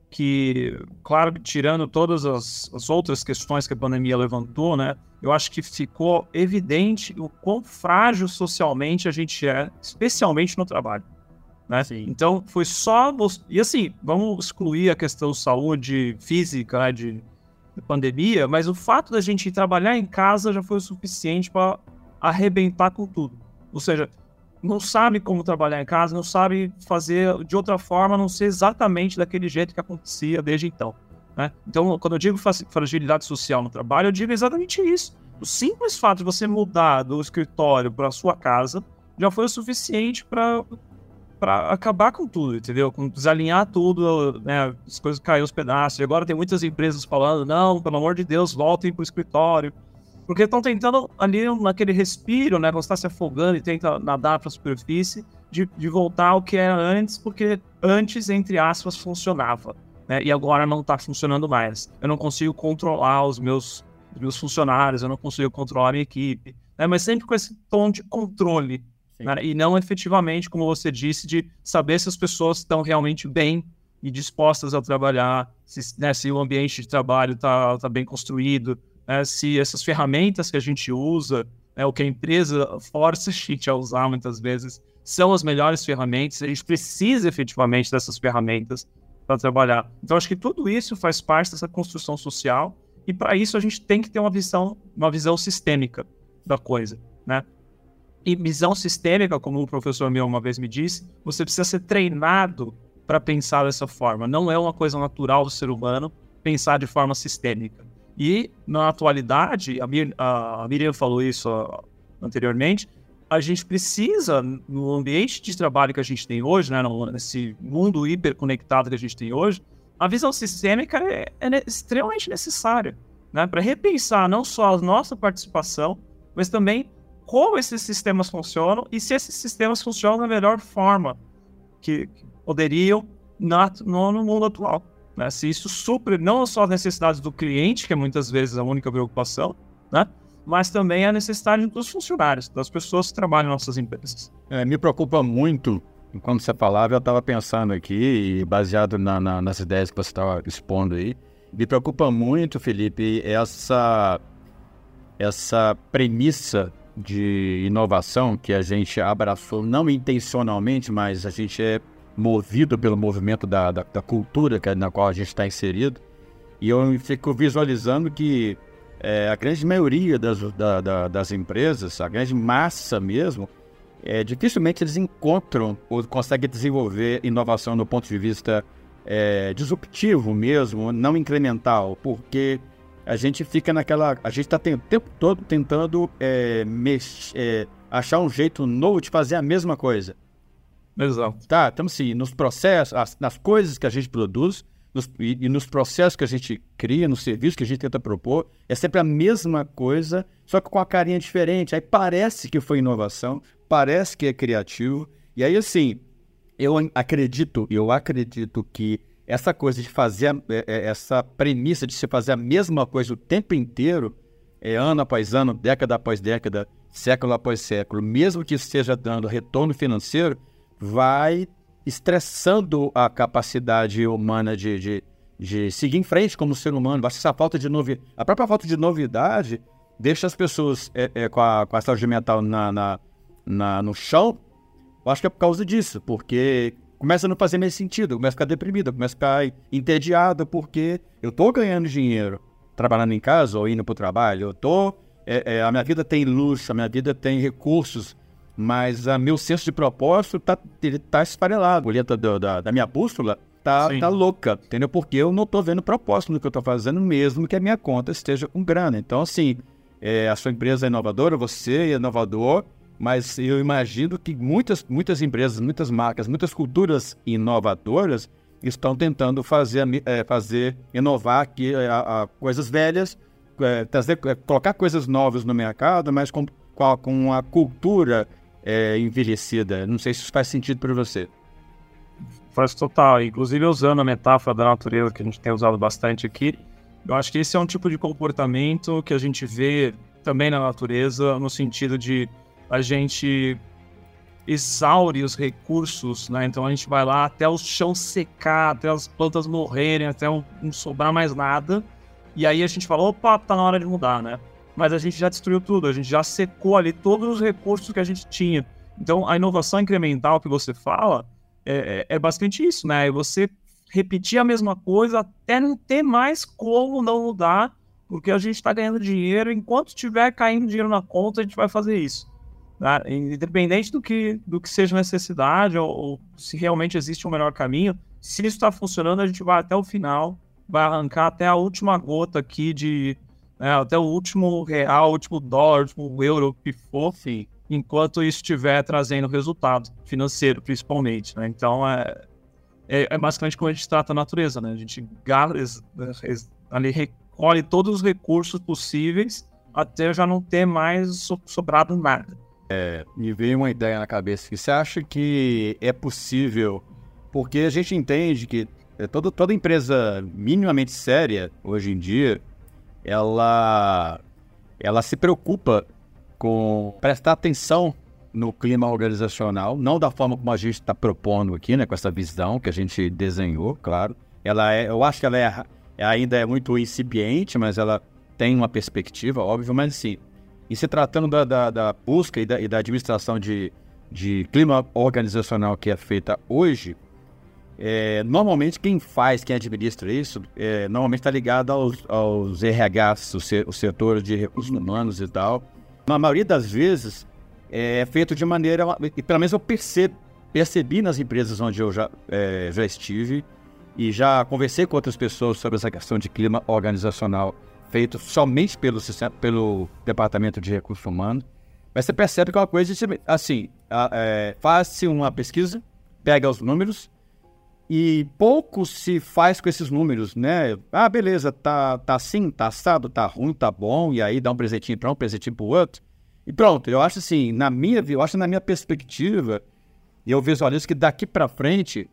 que, claro, tirando todas as, as outras questões que a pandemia levantou, né, eu acho que ficou evidente o quão frágil socialmente a gente é, especialmente no trabalho, né? Então, foi só... E assim, vamos excluir a questão de saúde física, né, de, de pandemia, mas o fato da gente trabalhar em casa já foi o suficiente para arrebentar com tudo. Ou seja, não sabe como trabalhar em casa, não sabe fazer de outra forma, não ser exatamente daquele jeito que acontecia desde então, né? Então, quando eu digo fragilidade social no trabalho, eu digo exatamente isso. O simples fato de você mudar do escritório para a sua casa já foi o suficiente para para acabar com tudo, entendeu? Com desalinhar tudo, né? As coisas caíram aos pedaços. E agora tem muitas empresas falando, não, pelo amor de Deus, voltem para o escritório. Porque estão tentando ali naquele respiro, né? Quando você está se afogando e tenta nadar para a superfície, de, de voltar ao que era antes, porque antes, entre aspas, funcionava, né? E agora não está funcionando mais. Eu não consigo controlar os meus, os meus funcionários, eu não consigo controlar a minha equipe, né? Mas sempre com esse tom de controle, né? E não efetivamente, como você disse, de saber se as pessoas estão realmente bem e dispostas a trabalhar, se, né, se o ambiente de trabalho está tá bem construído, É, se essas ferramentas que a gente usa, é, o que a empresa força a gente a usar muitas vezes, são as melhores ferramentas, a gente precisa efetivamente dessas ferramentas para trabalhar. Então, acho que tudo isso faz parte dessa construção social e, para isso, a gente tem que ter uma visão, uma visão sistêmica da coisa, né? E visão sistêmica, como o professor meu uma vez me disse, você precisa ser treinado para pensar dessa forma. Não é uma coisa natural do ser humano pensar de forma sistêmica. E, na atualidade, a, Mir, a Miriam falou isso uh, anteriormente, a gente precisa, no ambiente de trabalho que a gente tem hoje, né, nesse mundo hiperconectado que a gente tem hoje, a visão sistêmica é, é extremamente necessária, né, para repensar não só a nossa participação, mas também como esses sistemas funcionam e se esses sistemas funcionam da melhor forma que, que poderiam na, no, no mundo atual. Né? Se isso supre não só as necessidades do cliente, que é muitas vezes a única preocupação, né? Mas também a necessidade dos funcionários, das pessoas que trabalham em nossas empresas. É, me preocupa muito, enquanto você falava, eu estava pensando aqui, e baseado na, na, nas ideias que você estava expondo aí, me preocupa muito, Felipe, essa, essa premissa de inovação que a gente abraçou, não intencionalmente, mas a gente é movido pelo movimento da, da, da cultura que, na qual a gente está inserido. E eu fico visualizando que é, a grande maioria das, da, da, das empresas, a grande massa mesmo, é, dificilmente eles encontram ou conseguem desenvolver inovação do ponto de vista é, disruptivo mesmo, não incremental, porque a gente fica naquela... A gente está o tempo todo tentando é, mex, é, achar um jeito novo de fazer a mesma coisa. Exato. Tá, estamos assim, nos processos, as, nas coisas que a gente produz nos, e, e nos processos que a gente cria, nos serviços que a gente tenta propor, é sempre a mesma coisa, só que com a carinha diferente. Aí parece que foi inovação, parece que é criativo. E aí, assim, eu acredito, eu acredito que essa coisa de fazer, a, é, essa premissa de se fazer a mesma coisa o tempo inteiro, é, ano após ano, década após década, século após século, mesmo que esteja dando retorno financeiro, vai estressando a capacidade humana de, de, de seguir em frente como ser humano. Acho que essa falta de novidade, a própria falta de novidade deixa as pessoas é, é, com, a, com a saúde mental na, na, na, no chão. Eu acho que é por causa disso, porque começa a não fazer mais sentido, começa a ficar deprimida, começa a ficar entediada, porque eu estou ganhando dinheiro trabalhando em casa ou indo para o trabalho, eu tô, é, é, a minha vida tem luxo, a minha vida tem recursos, mas o meu senso de propósito tá, ele tá esfarelado. A boleta da, da, da minha bússola tá, tá louca, entendeu? Porque eu não tô vendo propósito no que eu tô fazendo, mesmo que a minha conta esteja com grana. Então, assim, é, a sua empresa é inovadora, você é inovador, mas eu imagino que muitas, muitas empresas, muitas marcas, muitas culturas inovadoras estão tentando fazer, é, fazer inovar aqui, a, a coisas velhas, é, trazer, é, colocar coisas novas no mercado, mas com, com a cultura É, envelhecida. Não sei se isso faz sentido para você. Faz total. Inclusive, usando a metáfora da natureza que a gente tem usado bastante aqui, eu acho que esse é um tipo de comportamento que a gente vê também na natureza, no sentido de a gente exaure os recursos, né? Então a gente vai lá até o chão secar, até as plantas morrerem, até não sobrar mais nada, e aí a gente fala, opa, tá na hora de mudar, né? Mas a gente já destruiu tudo, a gente já secou ali todos os recursos que a gente tinha. Então, a inovação incremental que você fala é, é, é basicamente isso, né? É você repetir a mesma coisa até não ter mais como não mudar, porque a gente está ganhando dinheiro, enquanto estiver caindo dinheiro na conta, a gente vai fazer isso. Né? Independente do que, do que seja necessidade ou, ou se realmente existe um melhor caminho, se isso está funcionando, a gente vai até o final, vai arrancar até a última gota aqui de... É, até o último real, o último dólar, o último euro, o que for, Sim. Enquanto isso estiver trazendo resultado financeiro, principalmente, né? Então, é, é, é basicamente como a gente trata a natureza, né? A gente ali recolhe todos os recursos possíveis até já não ter mais so, sobrado nada. É, me veio uma ideia na cabeça. Você acha que é possível, porque a gente entende que toda, toda empresa minimamente séria, hoje em dia, ela, ela se preocupa com prestar atenção no clima organizacional, não da forma como a gente está propondo aqui, né, com essa visão que a gente desenhou, claro. Ela é, eu acho que ela é, ainda é muito incipiente, mas ela tem uma perspectiva, óbvio, mas sim. E se tratando da, da, da busca e da, e da administração de, de clima organizacional que é feita hoje, É, normalmente quem faz, quem administra isso, é, normalmente está ligado aos, aos R Hs, os, os setores de recursos humanos e tal. Na maioria das vezes é feito de maneira, e pelo menos eu percebo, percebi nas empresas onde eu já, é, já estive e já conversei com outras pessoas sobre essa questão de clima organizacional feito somente pelo, pelo Departamento de Recursos Humanos. Mas você percebe que é uma coisa, assim, é, faz-se uma pesquisa, pega os números e pouco se faz com esses números, né? Ah, beleza, tá, tá assim, tá assado, tá ruim, tá bom, e aí dá um presentinho para um, um presentinho para o outro. E pronto, eu acho assim, na minha, eu acho na minha perspectiva, e eu visualizo que daqui para frente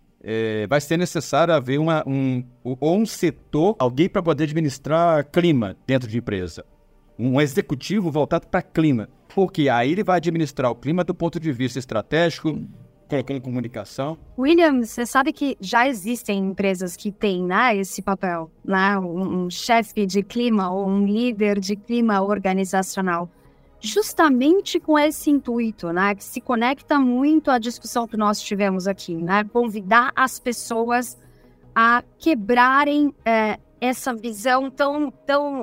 é, vai ser necessário haver uma, um, ou um setor, alguém para poder administrar clima dentro de empresa. Um executivo voltado para clima. Porque aí ele vai administrar o clima do ponto de vista estratégico, colocando comunicação. William, você sabe que já existem empresas que têm, né, esse papel, né? Um, um chefe de clima ou um líder de clima organizacional. Justamente com esse intuito, né? Que se conecta muito à discussão que nós tivemos aqui, né? Convidar as pessoas a quebrarem é, essa visão tão, tão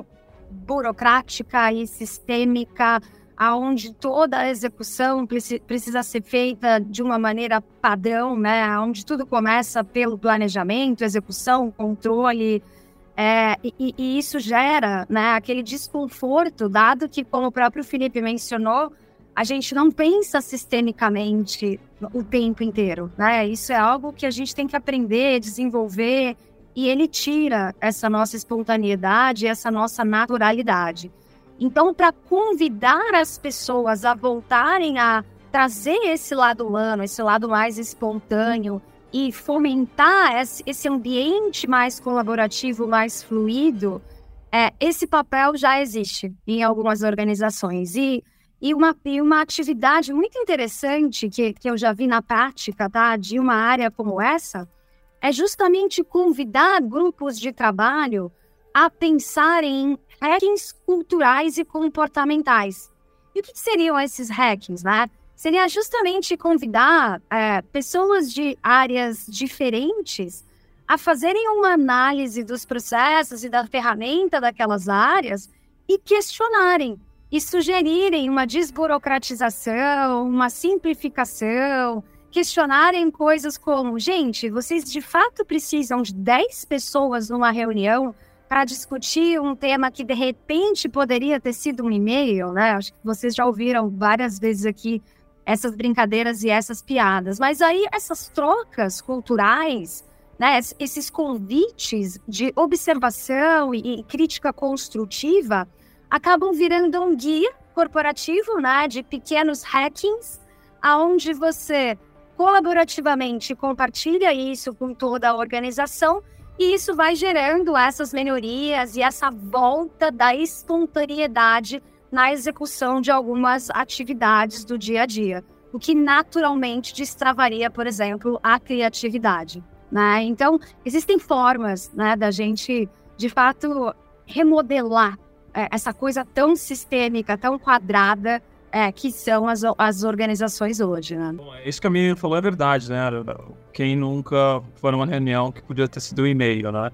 burocrática e sistêmica, aonde toda a execução precisa ser feita de uma maneira padrão, né? Onde tudo começa pelo planejamento, execução, controle, é, e, e isso gera, né, aquele desconforto, dado que, como o próprio Felipe mencionou, a gente não pensa sistemicamente o tempo inteiro, né? Isso é algo que a gente tem que aprender, desenvolver, e ele tira essa nossa espontaneidade, essa nossa naturalidade. Então, para convidar as pessoas a voltarem a trazer esse lado humano, esse lado mais espontâneo e fomentar esse ambiente mais colaborativo, mais fluido, é, esse papel já existe em algumas organizações. E, e, uma, e uma atividade muito interessante que, que eu já vi na prática, tá, de uma área como essa, é justamente convidar grupos de trabalho a pensarem em hackings culturais e comportamentais. E o que seriam esses hackings, né? Seria justamente convidar é, pessoas de áreas diferentes a fazerem uma análise dos processos e da ferramenta daquelas áreas e questionarem e sugerirem uma desburocratização, uma simplificação, questionarem coisas como, gente, vocês de fato precisam de dez pessoas numa reunião para discutir um tema que de repente poderia ter sido um e-mail, né? Acho que vocês já ouviram várias vezes aqui essas brincadeiras e essas piadas. Mas aí essas trocas culturais, né? Esses convites de observação e crítica construtiva acabam virando um guia corporativo, né? De pequenos hackings, aonde você colaborativamente compartilha isso com toda a organização. E isso vai gerando essas melhorias e essa volta da espontaneidade na execução de algumas atividades do dia a dia, o que naturalmente destravaria, por exemplo, a criatividade, né? Então, existem formas, né, da gente, de fato, remodelar é, essa coisa tão sistêmica, tão quadrada, É, que são as, as organizações hoje, né? Bom, isso que a Miriam falou é verdade, né? Quem nunca foi numa reunião que podia ter sido um e-mail, né?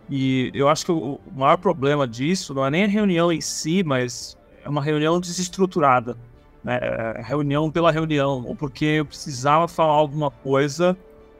E eu acho que o maior problema disso não é nem a reunião em si, mas é uma reunião desestruturada, né? É reunião pela reunião, ou porque eu precisava falar alguma coisa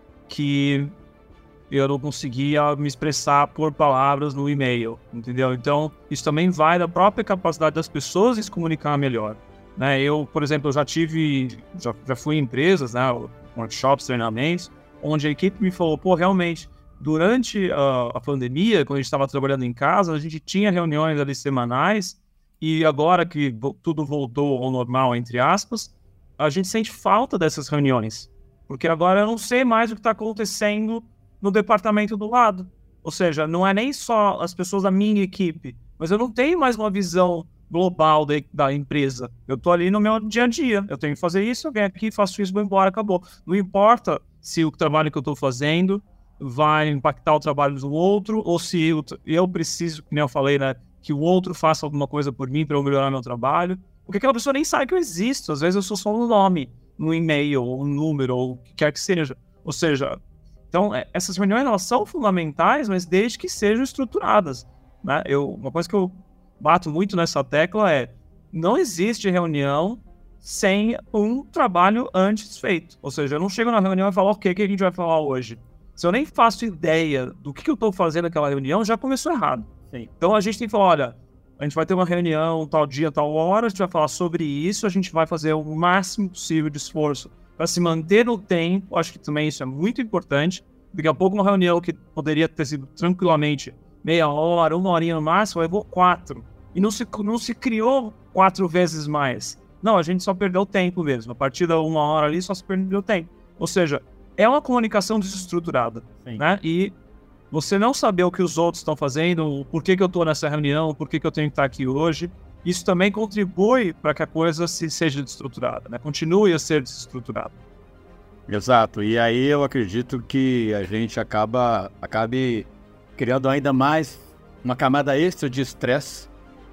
que eu não conseguia me expressar por palavras no e-mail, entendeu? Então, isso também vai da própria capacidade das pessoas de se comunicar melhor. Né, eu, por exemplo, eu já tive, já, já fui em empresas, né, workshops, treinamentos, onde a equipe me falou, pô, realmente, durante a, a pandemia, quando a gente estava trabalhando em casa, a gente tinha reuniões ali semanais, e agora que tudo voltou ao normal, entre aspas, a gente sente falta dessas reuniões, porque agora eu não sei mais o que está acontecendo no departamento do lado, ou seja, não é nem só as pessoas da minha equipe, mas eu não tenho mais uma visão global da, da empresa. Eu tô ali no meu dia a dia. Eu tenho que fazer isso, eu venho aqui, faço isso, vou embora, acabou. Não importa se o trabalho que eu tô fazendo vai impactar o trabalho do outro, ou se eu, eu preciso, como eu falei, né, que o outro faça alguma coisa por mim para eu melhorar meu trabalho. Porque aquela pessoa nem sabe que eu existo. Às vezes eu sou só um nome, um e-mail, ou um número, ou o que quer que seja. Ou seja, então, essas reuniões, elas são fundamentais, mas desde que sejam estruturadas, né? Eu, uma coisa que eu bato muito nessa tecla é, não existe reunião sem um trabalho antes feito. Ou seja, eu não chego na reunião e falo, ok, o que a gente vai falar hoje? Se eu nem faço ideia do que eu estou fazendo naquela reunião, já começou errado. Sim. Então a gente tem que falar, olha, a gente vai ter uma reunião tal dia, tal hora, a gente vai falar sobre isso, a gente vai fazer o máximo possível de esforço para se manter no tempo. Acho que também isso é muito importante. Daqui a pouco uma reunião que poderia ter sido tranquilamente meia hora, uma horinha no máximo, levou quatro. E não se, não se criou quatro vezes mais. Não, a gente só perdeu tempo mesmo. A partir da uma hora ali, só se perdeu tempo. Ou seja, é uma comunicação desestruturada, né? E você não saber o que os outros estão fazendo, por que que eu estou nessa reunião, por que que eu tenho que estar aqui hoje, isso também contribui para que a coisa se, seja desestruturada, né? Continue a ser desestruturada. Exato. E aí eu acredito que a gente acaba acabe criando ainda mais uma camada extra de estresse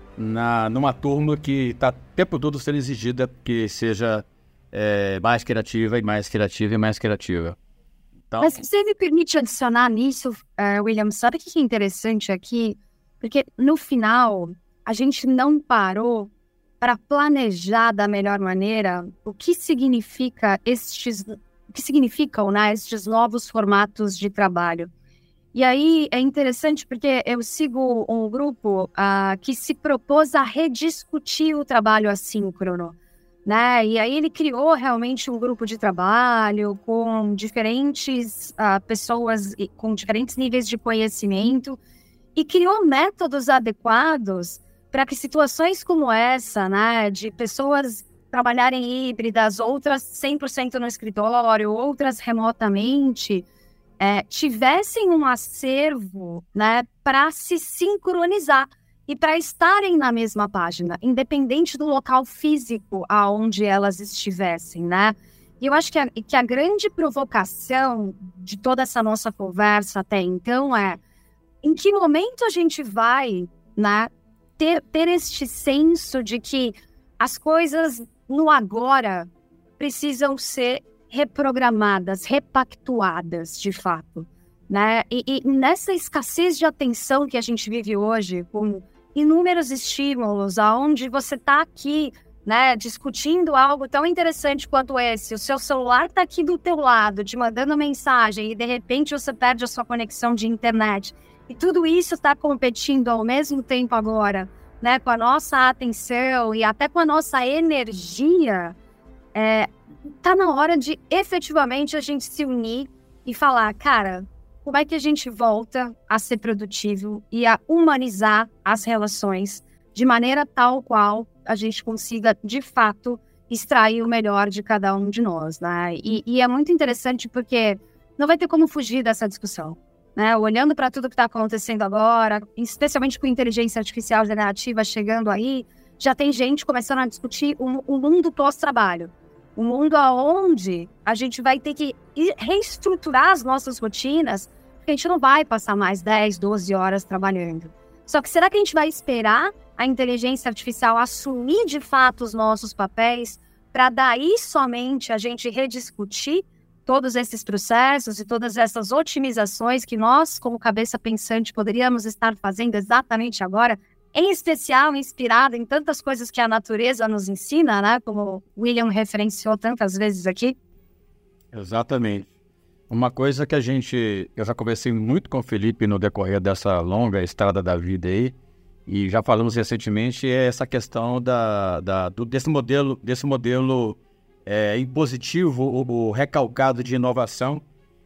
na, numa turma que está o tempo todo sendo exigida que seja é, mais criativa e mais criativa e mais criativa. Então... Mas você me permite adicionar nisso, uh, William, sabe o que é interessante aqui? Porque no final, a gente não parou para planejar da melhor maneira o que significa estes, o que significam, né, estes novos formatos de trabalho. E aí é interessante porque eu sigo um grupo uh, que se propôs a rediscutir o trabalho assíncrono, né? E aí ele criou realmente um grupo de trabalho com diferentes uh, pessoas, com diferentes níveis de conhecimento e criou métodos adequados para que situações como essa, né, de pessoas trabalharem híbridas, outras cem por cento no escritório, outras remotamente, É, tivessem um acervo, né, para se sincronizar e para estarem na mesma página, independente do local físico aonde elas estivessem, né? E eu acho que a, que a grande provocação de toda essa nossa conversa até então é em que momento a gente vai, né, ter, ter este senso de que as coisas no agora precisam ser reprogramadas, repactuadas, de fato, né? E, e nessa escassez de atenção que a gente vive hoje, com inúmeros estímulos, aonde você está aqui, né, discutindo algo tão interessante quanto esse, o seu celular está aqui do teu lado, te mandando mensagem, e de repente você perde a sua conexão de internet. E tudo isso está competindo ao mesmo tempo agora, né, com a nossa atenção e até com a nossa energia. É, tá na hora de efetivamente a gente se unir e falar, cara, como é que a gente volta a ser produtivo e a humanizar as relações de maneira tal qual a gente consiga, de fato, extrair o melhor de cada um de nós, né? E, e é muito interessante porque não vai ter como fugir dessa discussão, né? Olhando para tudo que está acontecendo agora, especialmente com inteligência artificial generativa chegando aí, já tem gente começando a discutir o, o mundo pós-trabalho. Um mundo onde a gente vai ter que reestruturar as nossas rotinas, porque a gente não vai passar mais dez, doze horas trabalhando. Só que será que a gente vai esperar a inteligência artificial assumir de fato os nossos papéis para daí somente a gente rediscutir todos esses processos e todas essas otimizações que nós, como cabeça pensante, poderíamos estar fazendo exatamente agora? Em especial, inspirado em tantas coisas que a natureza nos ensina, né? Como o William referenciou tantas vezes aqui. Exatamente. Uma coisa que a gente... Eu já conversei muito com o Felipe no decorrer dessa longa estrada da vida aí, e já falamos recentemente, é essa questão da, da, do, desse modelo, desse modelo é, impositivo, o, o recalcado de inovação,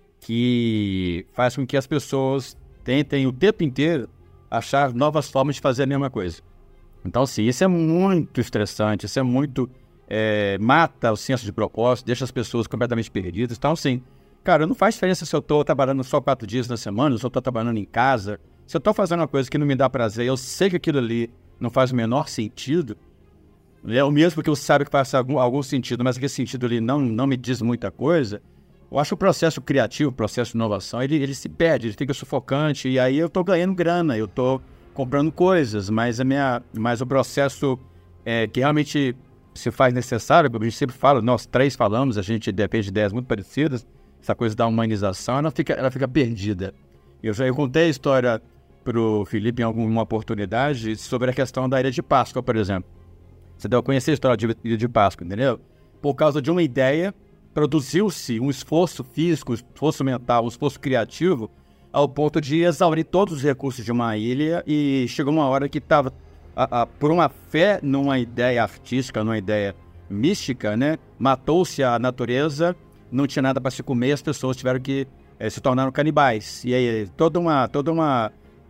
que faz com que as pessoas tentem o tempo inteiro achar novas formas de fazer a mesma coisa. Então, sim, isso é muito estressante, isso é muito... É, mata o senso de propósito, deixa as pessoas completamente perdidas. Então, sim, cara, não faz diferença se eu estou trabalhando só quatro dias na semana, se eu estou trabalhando em casa, se eu estou fazendo uma coisa que não me dá prazer, eu sei que aquilo ali não faz o menor sentido, é o mesmo que eu sabe que faz algum, algum sentido, mas aquele sentido ali não, não me diz muita coisa. Eu acho o processo criativo, o processo de inovação, ele, ele se perde, ele fica sufocante, e aí eu estou ganhando grana, eu estou comprando coisas, mas, a minha, mas o processo é, que realmente se faz necessário, a gente sempre fala, nós três falamos, a gente depende de ideias muito parecidas, essa coisa da humanização, ela fica, ela fica perdida. Eu já eu contei a história para o Felipe em alguma oportunidade sobre a questão da Ilha de Páscoa, por exemplo. Você deu a conhecer a história de Ilha de Páscoa, entendeu? Por causa de uma ideia, produziu-se um esforço físico, um esforço mental, um esforço criativo, ao ponto de exaurir todos os recursos de uma ilha, e chegou uma hora que estava a, a, por uma fé numa ideia artística, numa ideia mística, né? Matou-se a natureza, não tinha nada para se comer, as pessoas tiveram que é, se tornaram canibais. E aí toda uma, toda uma,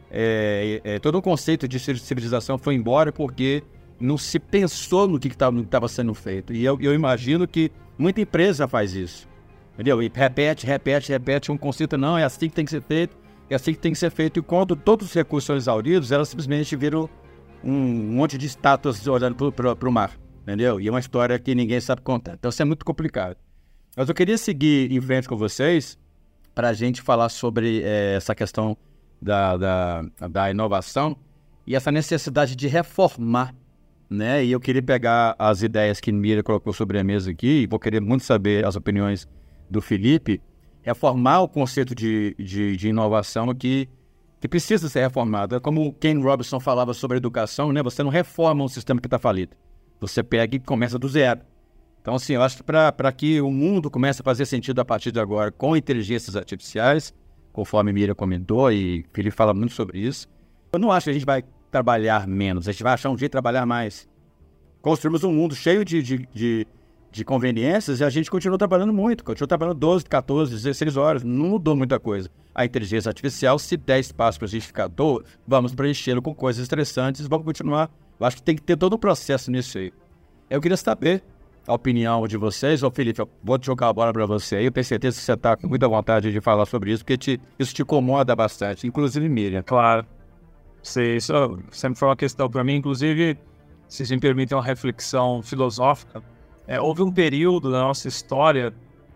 é, é, todo um conceito de civilização foi embora porque não se pensou no que estava sendo feito. E eu, eu imagino que muita empresa faz isso, entendeu? E repete, repete, repete um conceito, não, é assim que tem que ser feito, é assim que tem que ser feito. E quando todos os recursos são exauridos, elas simplesmente viram um monte de estátuas olhando para o mar, entendeu? E é uma história que ninguém sabe contar. Então isso é muito complicado. Mas eu queria seguir em frente com vocês para a gente falar sobre é, essa questão da, da, da inovação e essa necessidade de reformar, né? E eu queria pegar as ideias que Miriam colocou sobre a mesa aqui, e vou querer muito saber as opiniões do Felipe, reformar o conceito de, de, de inovação que, que precisa ser reformado. Como o Ken Robinson falava sobre educação, né? Você não reforma um sistema que está falido, você pega e começa do zero. Então, assim, eu acho que para que o mundo comece a fazer sentido a partir de agora com inteligências artificiais, conforme Miriam comentou, e o Felipe fala muito sobre isso, eu não acho que a gente vai trabalhar menos, a gente vai achar um jeito de trabalhar mais. Construímos um mundo cheio de, de, de, de conveniências e a gente continua trabalhando muito, continua trabalhando doze, quatorze, dezesseis horas, não mudou muita coisa. A inteligência artificial, se der espaço para a gente ficar à toa, vamos preenchê-lo com coisas estressantes, vamos continuar. Eu acho que tem que ter todo um processo nisso aí. Eu queria saber a opinião de vocês. Ô Felipe, eu vou te jogar a bola para você aí, eu tenho certeza que você está com muita vontade de falar sobre isso, porque te, isso te incomoda bastante, inclusive Miriam. Claro. Sim, isso sempre foi uma questão para mim, inclusive, se me permitem uma reflexão filosófica, é, houve um período da nossa história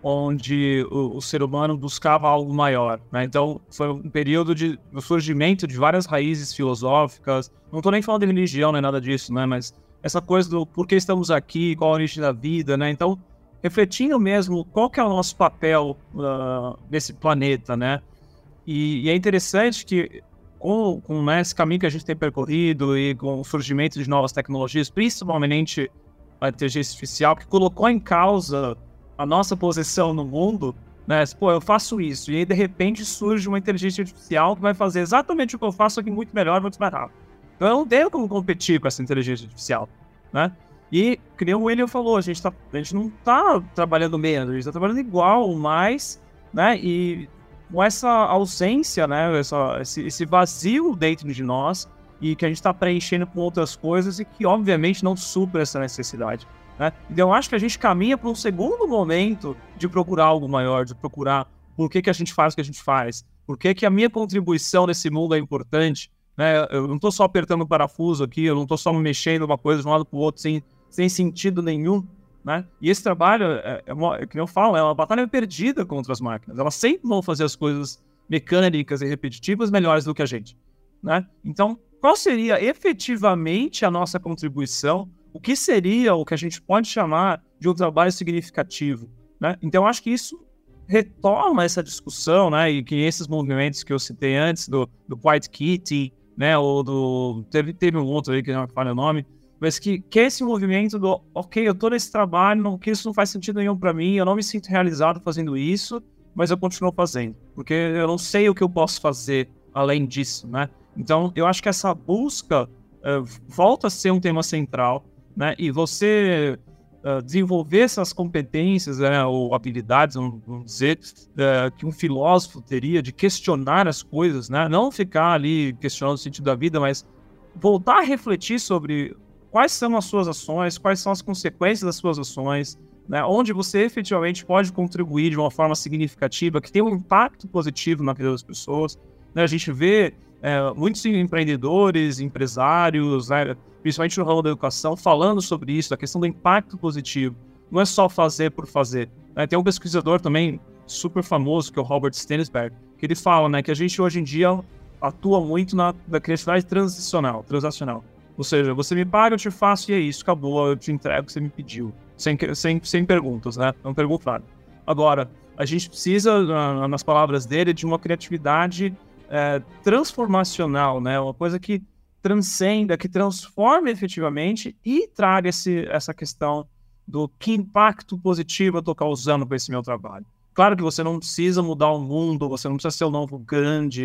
onde o, o ser humano buscava algo maior, né? Então, foi um período de do surgimento de várias raízes filosóficas, não estou nem falando de religião, nem nada disso, né? Mas essa coisa do por que estamos aqui, qual a origem da vida, né? Então, refletindo mesmo qual que é o nosso papel uh, nesse planeta, né? E, e é interessante que com, com né, esse caminho que a gente tem percorrido e com o surgimento de novas tecnologias, principalmente a inteligência artificial, que colocou em causa a nossa posição no mundo, né? Pô, eu faço isso, e aí de repente surge uma inteligência artificial que vai fazer exatamente o que eu faço, só que muito melhor, muito mais rápido. Então eu não tenho como competir com essa inteligência artificial, né? E, que nem o William falou, a gente, tá, a gente não está trabalhando menos, a gente está trabalhando igual, mais, né? E com essa ausência, né? Essa, esse, esse vazio dentro de nós e que a gente está preenchendo com outras coisas e que, obviamente, não supra essa necessidade, né? Então eu acho que a gente caminha para um segundo momento de procurar algo maior, de procurar por que, que a gente faz o que a gente faz, por que, que a minha contribuição nesse mundo é importante, né? Eu não estou só apertando o parafuso aqui, eu não estou só mexendo uma coisa de um lado para o outro sem, sem sentido nenhum, né? E esse trabalho, é, é uma, que eu falo, é uma batalha perdida contra as máquinas. Elas sempre vão fazer as coisas mecânicas e repetitivas melhores do que a gente, né? Então, qual seria efetivamente a nossa contribuição? O que seria o que a gente pode chamar de um trabalho significativo, né? Então, eu acho que isso retoma essa discussão, né? E que esses movimentos que eu citei antes, do, do White Kitty, né? Ou do... Teve, teve um outro aí que não me fala o nome, mas que, que é esse movimento do, ok, eu tô nesse trabalho, não, que isso não faz sentido nenhum para mim, eu não me sinto realizado fazendo isso, mas eu continuo fazendo, porque eu não sei o que eu posso fazer além disso, né? Então, eu acho que essa busca uh, volta a ser um tema central, né? E você uh, desenvolver essas competências, né, ou habilidades, vamos dizer, uh, que um filósofo teria de questionar as coisas, né? Não ficar ali questionando o sentido da vida, mas voltar a refletir sobre quais são as suas ações, quais são as consequências das suas ações, né? Onde você efetivamente pode contribuir de uma forma significativa, que tem um impacto positivo na vida das pessoas, né? A gente vê é, muitos empreendedores, empresários, né, principalmente no ramo da educação, falando sobre isso, a questão do impacto positivo. Não é só fazer por fazer, né? Tem um pesquisador também super famoso, que é o Robert Stensberg, que ele fala, né, que a gente hoje em dia atua muito na, na criatividade transicional, transacional. Ou seja, você me paga, eu te faço e é isso, acabou, eu te entrego o que você me pediu. Sem, sem, sem perguntas, né? Não perguntar. Agora, a gente precisa, nas palavras dele, de uma criatividade é, transformacional, né? Uma coisa que transcenda, que transforme efetivamente e traga esse, essa questão do que impacto positivo eu estou causando com esse meu trabalho. Claro que você não precisa mudar o mundo, você não precisa ser um novo grande,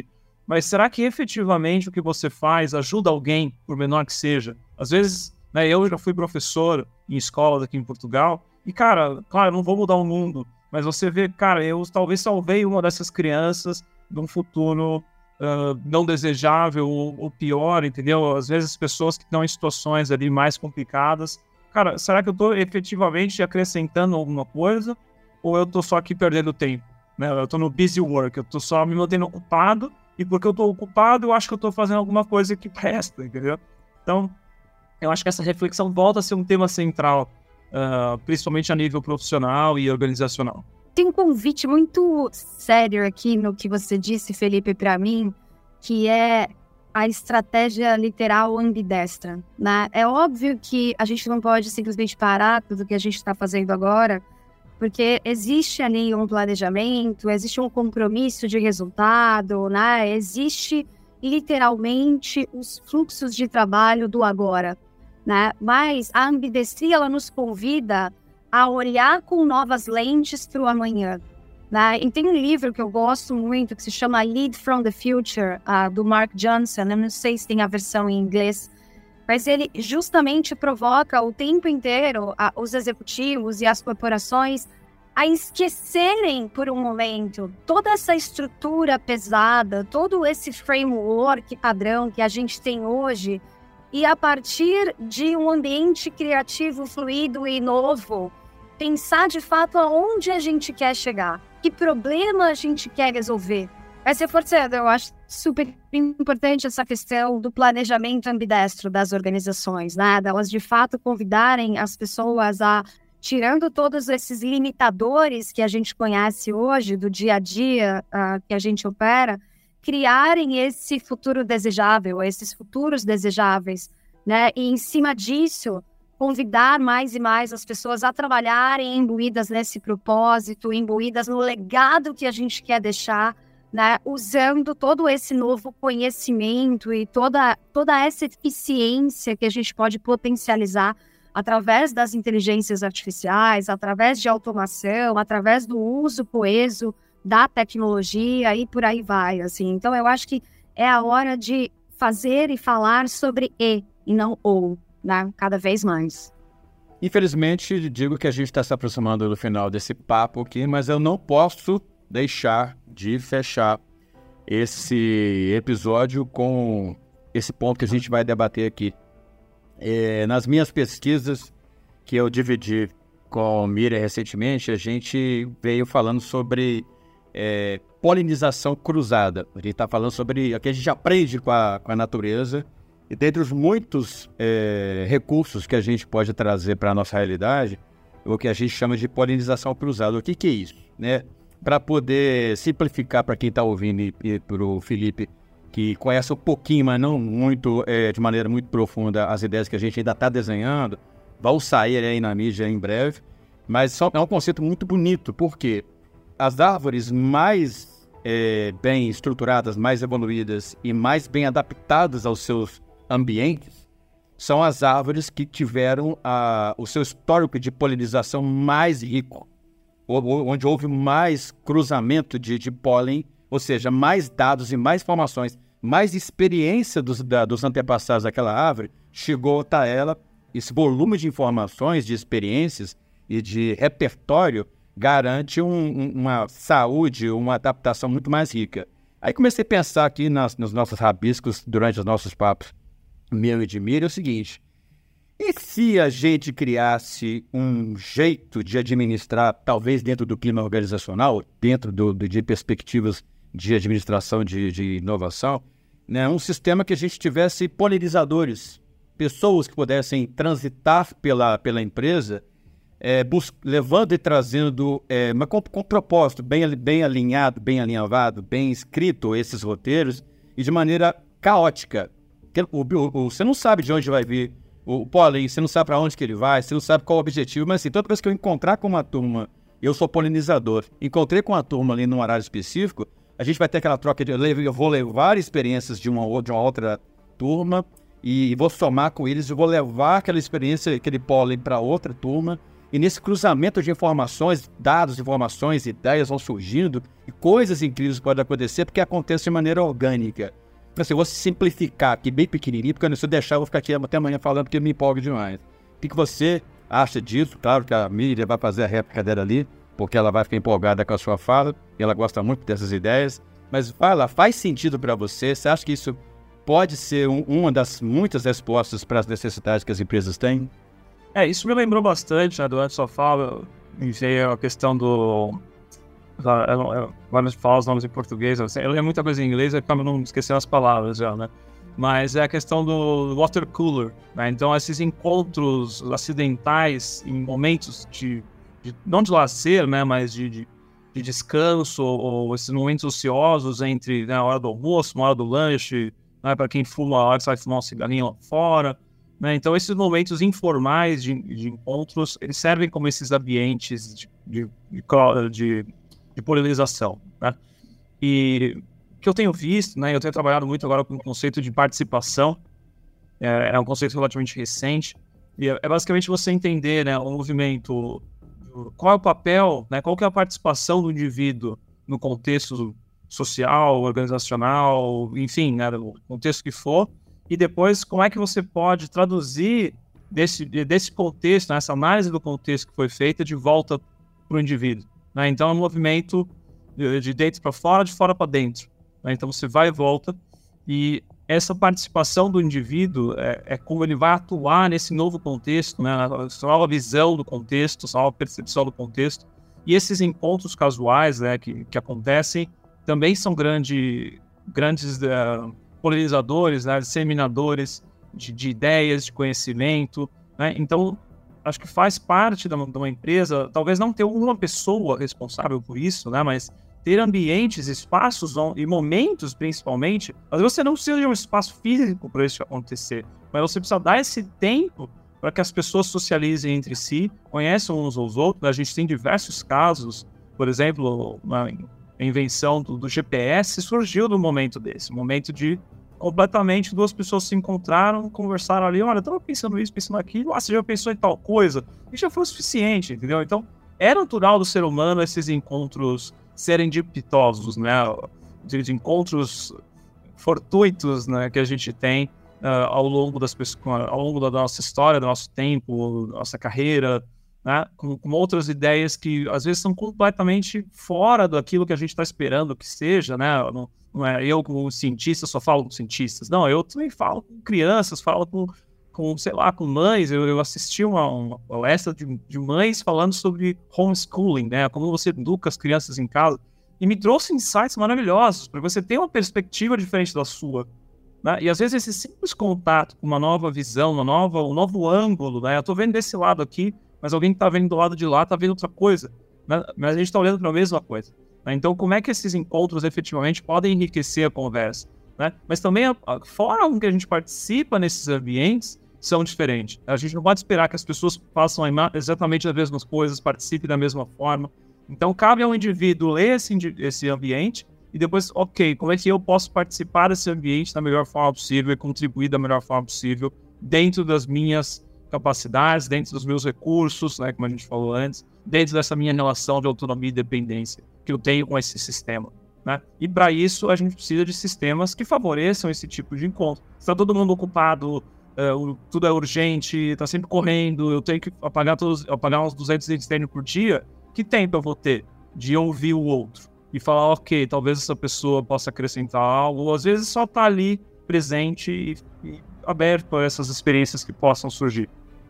mas será que efetivamente o que você faz ajuda alguém, por menor que seja? Às vezes, né, eu já fui professor em escolas aqui em Portugal, e, cara, claro, não vou mudar o mundo, mas você vê, cara, eu talvez salvei uma dessas crianças de um futuro uh, não desejável ou, ou pior, entendeu? Às vezes pessoas que estão em situações ali mais complicadas. Cara, será que eu estou efetivamente acrescentando alguma coisa ou eu estou só aqui perdendo tempo? Né? Eu estou no busy work, eu estou só me mantendo ocupado e porque eu estou ocupado eu acho que eu estou fazendo alguma coisa que presta, entendeu? Então, eu acho que essa reflexão volta a ser um tema central, uh, principalmente a nível profissional e organizacional. Tem um convite muito sério aqui no que você disse, Felipe, para mim, que é a estratégia literal ambidestra, né? É óbvio que a gente não pode simplesmente parar tudo que a gente está fazendo agora, porque existe ali um planejamento, existe um compromisso de resultado, né? Existe literalmente os fluxos de trabalho do agora, né? Mas a ambidestria, ela nos convida a olhar com novas lentes para o amanhã, né? E tem um livro que eu gosto muito que se chama Lead from the Future, uh, do Mark Johnson. Eu não sei se tem a versão em inglês, mas ele justamente provoca o tempo inteiro uh, os executivos e as corporações a esquecerem por um momento toda essa estrutura pesada, todo esse framework padrão que a gente tem hoje, e a partir de um ambiente criativo, fluido e novo, pensar de fato aonde a gente quer chegar, que problema a gente quer resolver. Mas, reforçando, eu acho super importante essa questão do planejamento ambidestro das organizações, né? Delas de fato convidarem as pessoas a, tirando todos esses limitadores que a gente conhece hoje, do dia a dia uh, que a gente opera, criarem esse futuro desejável, esses futuros desejáveis, né? E em cima disso, convidar mais e mais as pessoas a trabalharem imbuídas nesse propósito, imbuídas no legado que a gente quer deixar, né? Usando todo esse novo conhecimento e toda, toda essa eficiência que a gente pode potencializar através das inteligências artificiais, através de automação, através do uso coeso da tecnologia e por aí vai, assim. Então, eu acho que é a hora de fazer e falar sobre e, e não ou, né? Cada vez mais. Infelizmente, digo que a gente está se aproximando do final desse papo aqui, mas eu não posso deixar de fechar esse episódio com esse ponto que a gente vai debater aqui. É, nas minhas pesquisas que eu dividi com a Miriam recentemente, a gente veio falando sobre é, polinização cruzada. A gente está falando sobre o que a gente aprende com a, com a natureza. E dentre os muitos é, recursos que a gente pode trazer para a nossa realidade, o que a gente chama de polinização cruzada. O que, que é isso? Né? Para poder simplificar para quem está ouvindo e, e para o Felipe, que conhece um pouquinho, mas não muito, é, de maneira muito profunda, as ideias que a gente ainda está desenhando, vão sair aí na mídia em breve, mas só, é um conceito muito bonito, porque as árvores mais é, bem estruturadas, mais evoluídas e mais bem adaptadas aos seus ambientes, são as árvores que tiveram a, o seu histórico de polinização mais rico, onde houve mais cruzamento de, de pólen, ou seja, mais dados e mais informações, mais experiência dos, da, dos antepassados daquela árvore, chegou até ela. Esse volume de informações, de experiências e de repertório garante um, um, uma saúde, uma adaptação muito mais rica. Aí comecei a pensar aqui nas, nos nossos rabiscos, durante os nossos papos, meu e de Miriam, é o seguinte: e se a gente criasse um jeito de administrar, talvez dentro do clima organizacional, dentro do, do, de perspectivas de administração de, de inovação, né, um sistema que a gente tivesse polinizadores, pessoas que pudessem transitar pela, pela empresa, é, bus- levando e trazendo, é, mas com, com propósito, bem, bem alinhado, bem alinhavado, bem escrito esses roteiros, e de maneira caótica. O, o, o, você não sabe de onde vai vir o pólen, você não sabe para onde que ele vai, você não sabe qual o objetivo, mas assim, toda vez que eu encontrar com uma turma, eu sou polinizador, encontrei com uma turma ali num horário específico, a gente vai ter aquela troca de... Eu vou levar experiências de uma, de uma outra turma e vou somar com eles, eu vou levar aquela experiência, aquele pólen para outra turma, E nesse cruzamento de informações, dados, informações, ideias vão surgindo e coisas incríveis podem acontecer porque acontece de maneira orgânica. Então, assim, eu vou simplificar aqui bem pequenininho, porque se eu deixar eu vou ficar aqui até amanhã falando porque eu me empolgo demais. O que, que você acha disso? Claro que a Miriam vai fazer a réplica dela ali, porque ela vai ficar empolgada com a sua fala e ela gosta muito dessas ideias. Mas vai lá, faz sentido para você? Você acha que isso pode ser um, uma das muitas respostas para as necessidades que as empresas têm? É, isso me lembrou bastante, né, durante a sua fala, veio a questão do... Agora falar os nomes em português, eu leio muita coisa em inglês, eu acabo não esquecendo as palavras já, né? Mas é a questão do water cooler, né? Então, esses encontros acidentais em momentos de, de não de lazer, né, mas de, de, de descanso, ou esses momentos ociosos entre, né, a hora do almoço, a hora do lanche, né, para quem fuma, a hora que você vai fumar um cigarrinho lá fora. Né? Então, esses momentos informais de, de encontros, eles servem como esses ambientes de, de, de, de polarização. Né? E o que eu tenho visto, né, eu tenho trabalhado muito agora com o conceito de participação, é, é um conceito relativamente recente, e é, é basicamente você entender, né, o movimento, qual é o papel, né, qual que é a participação do indivíduo no contexto social, organizacional, enfim, né, no contexto que for, e depois como é que você pode traduzir desse, desse contexto, né, essa análise do contexto que foi feita de volta para o indivíduo. Né? Então é um movimento de, de dentro para fora, de fora para dentro. Né? Então você vai e volta, e essa participação do indivíduo é, é como ele vai atuar nesse novo contexto, né, essa nova visão do contexto, essa nova percepção do contexto. E esses encontros casuais, né, que, que acontecem também são grande, grandes... Uh, polarizadores, né, disseminadores de, de ideias, de conhecimento, né? Então, acho que faz parte de uma, de uma empresa, talvez não ter uma pessoa responsável por isso, né, mas ter ambientes, espaços e momentos, principalmente. Às vezes você não precisa de um espaço físico para isso acontecer, mas você precisa dar esse tempo para que as pessoas socializem entre si, conheçam uns aos outros. A gente tem diversos casos, por exemplo, a invenção do, do G P S surgiu no momento desse, momento de completamente duas pessoas se encontraram, conversaram ali, olha, eu tava pensando isso, pensando aquilo, ah, você já pensou em tal coisa? E já foi o suficiente, entendeu? Então, é natural do ser humano esses encontros serendipitosos, né? De, de encontros fortuitos, né, que a gente tem uh, ao longo das pessoas, ao longo da nossa história, do nosso tempo, da nossa carreira, né? Com, com outras ideias que às vezes são completamente fora daquilo que a gente está esperando que seja, né? Não, não é eu como cientista só falo com cientistas, não, eu também falo com crianças, falo com, com sei lá, com mães. Eu, eu assisti uma, uma palestra de, de mães falando sobre homeschooling, né? Como você educa as crianças em casa, e me trouxe insights maravilhosos, porque você tem uma perspectiva diferente da sua, né? E às vezes esse simples contato com uma nova visão, uma nova, um novo ângulo, né? Eu tô vendo desse lado aqui, mas alguém que tá vendo do lado de lá tá vendo outra coisa, né? Mas a gente tá olhando para a mesma coisa, né? Então, como é que esses encontros efetivamente podem enriquecer a conversa, né? Mas também a, a forma que a gente participa nesses ambientes são diferentes. A gente não pode esperar que as pessoas façam exatamente as mesmas coisas, participem da mesma forma. Então, cabe ao indivíduo ler esse, esse ambiente e depois, ok, como é que eu posso participar desse ambiente da melhor forma possível e contribuir da melhor forma possível dentro das minhas capacidades, dentro dos meus recursos, né, como a gente falou antes, dentro dessa minha relação de autonomia e dependência que eu tenho com esse sistema, né? E para isso a gente precisa de sistemas que favoreçam esse tipo de encontro. Está todo mundo ocupado, uh, tudo é urgente, está sempre correndo, eu tenho que apagar, todos, apagar uns duzentos externos por dia. Que tempo eu vou ter de ouvir o outro e falar, ok, talvez essa pessoa possa acrescentar algo, ou às vezes só estar ali presente e, e aberto a essas experiências que possam surgir.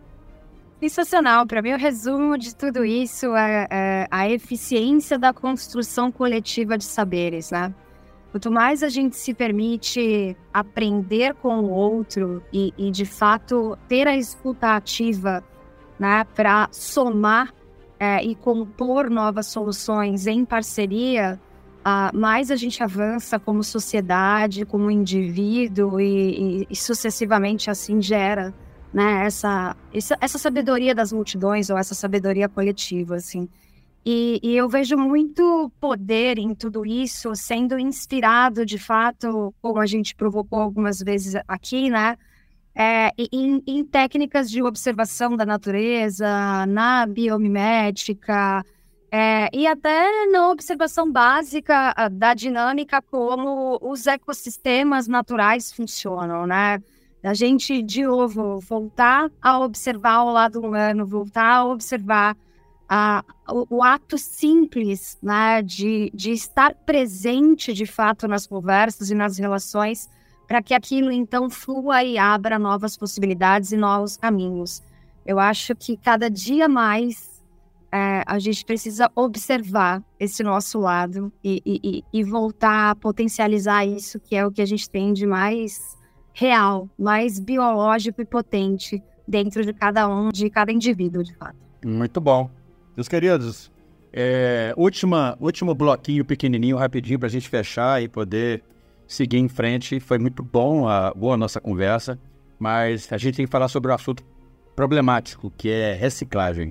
Sensacional. Para mim, o resumo de tudo isso é, é a eficiência da construção coletiva de saberes, né? Quanto mais a gente se permite aprender com o outro e, e de fato, ter a escuta ativa, né, para somar é, e compor novas soluções em parceria, uh, mais a gente avança como sociedade, como indivíduo e, e, e sucessivamente assim gera, né, essa, essa, essa sabedoria das multidões ou essa sabedoria coletiva, assim. E, e eu vejo muito poder em tudo isso, sendo inspirado, de fato, como a gente provocou algumas vezes aqui, né, é, em, em técnicas de observação da natureza, na biomimética, é, e até na observação básica da dinâmica como os ecossistemas naturais funcionam, né? A gente, de novo, voltar a observar o lado humano, voltar a observar a, o, o ato simples, né, de, de estar presente, de fato, nas conversas e nas relações, para que aquilo, então, flua e abra novas possibilidades e novos caminhos. Eu acho que cada dia mais é, a gente precisa observar esse nosso lado e, e, e voltar a potencializar isso, que é o que a gente tem de mais real, mais biológico e potente dentro de cada um, de cada indivíduo, de fato. Muito bom. Meus queridos, é, última, último bloquinho pequenininho, rapidinho, para a gente fechar e poder seguir em frente. Foi muito bom a, boa a nossa conversa, mas a gente tem que falar sobre um assunto problemático, que é reciclagem.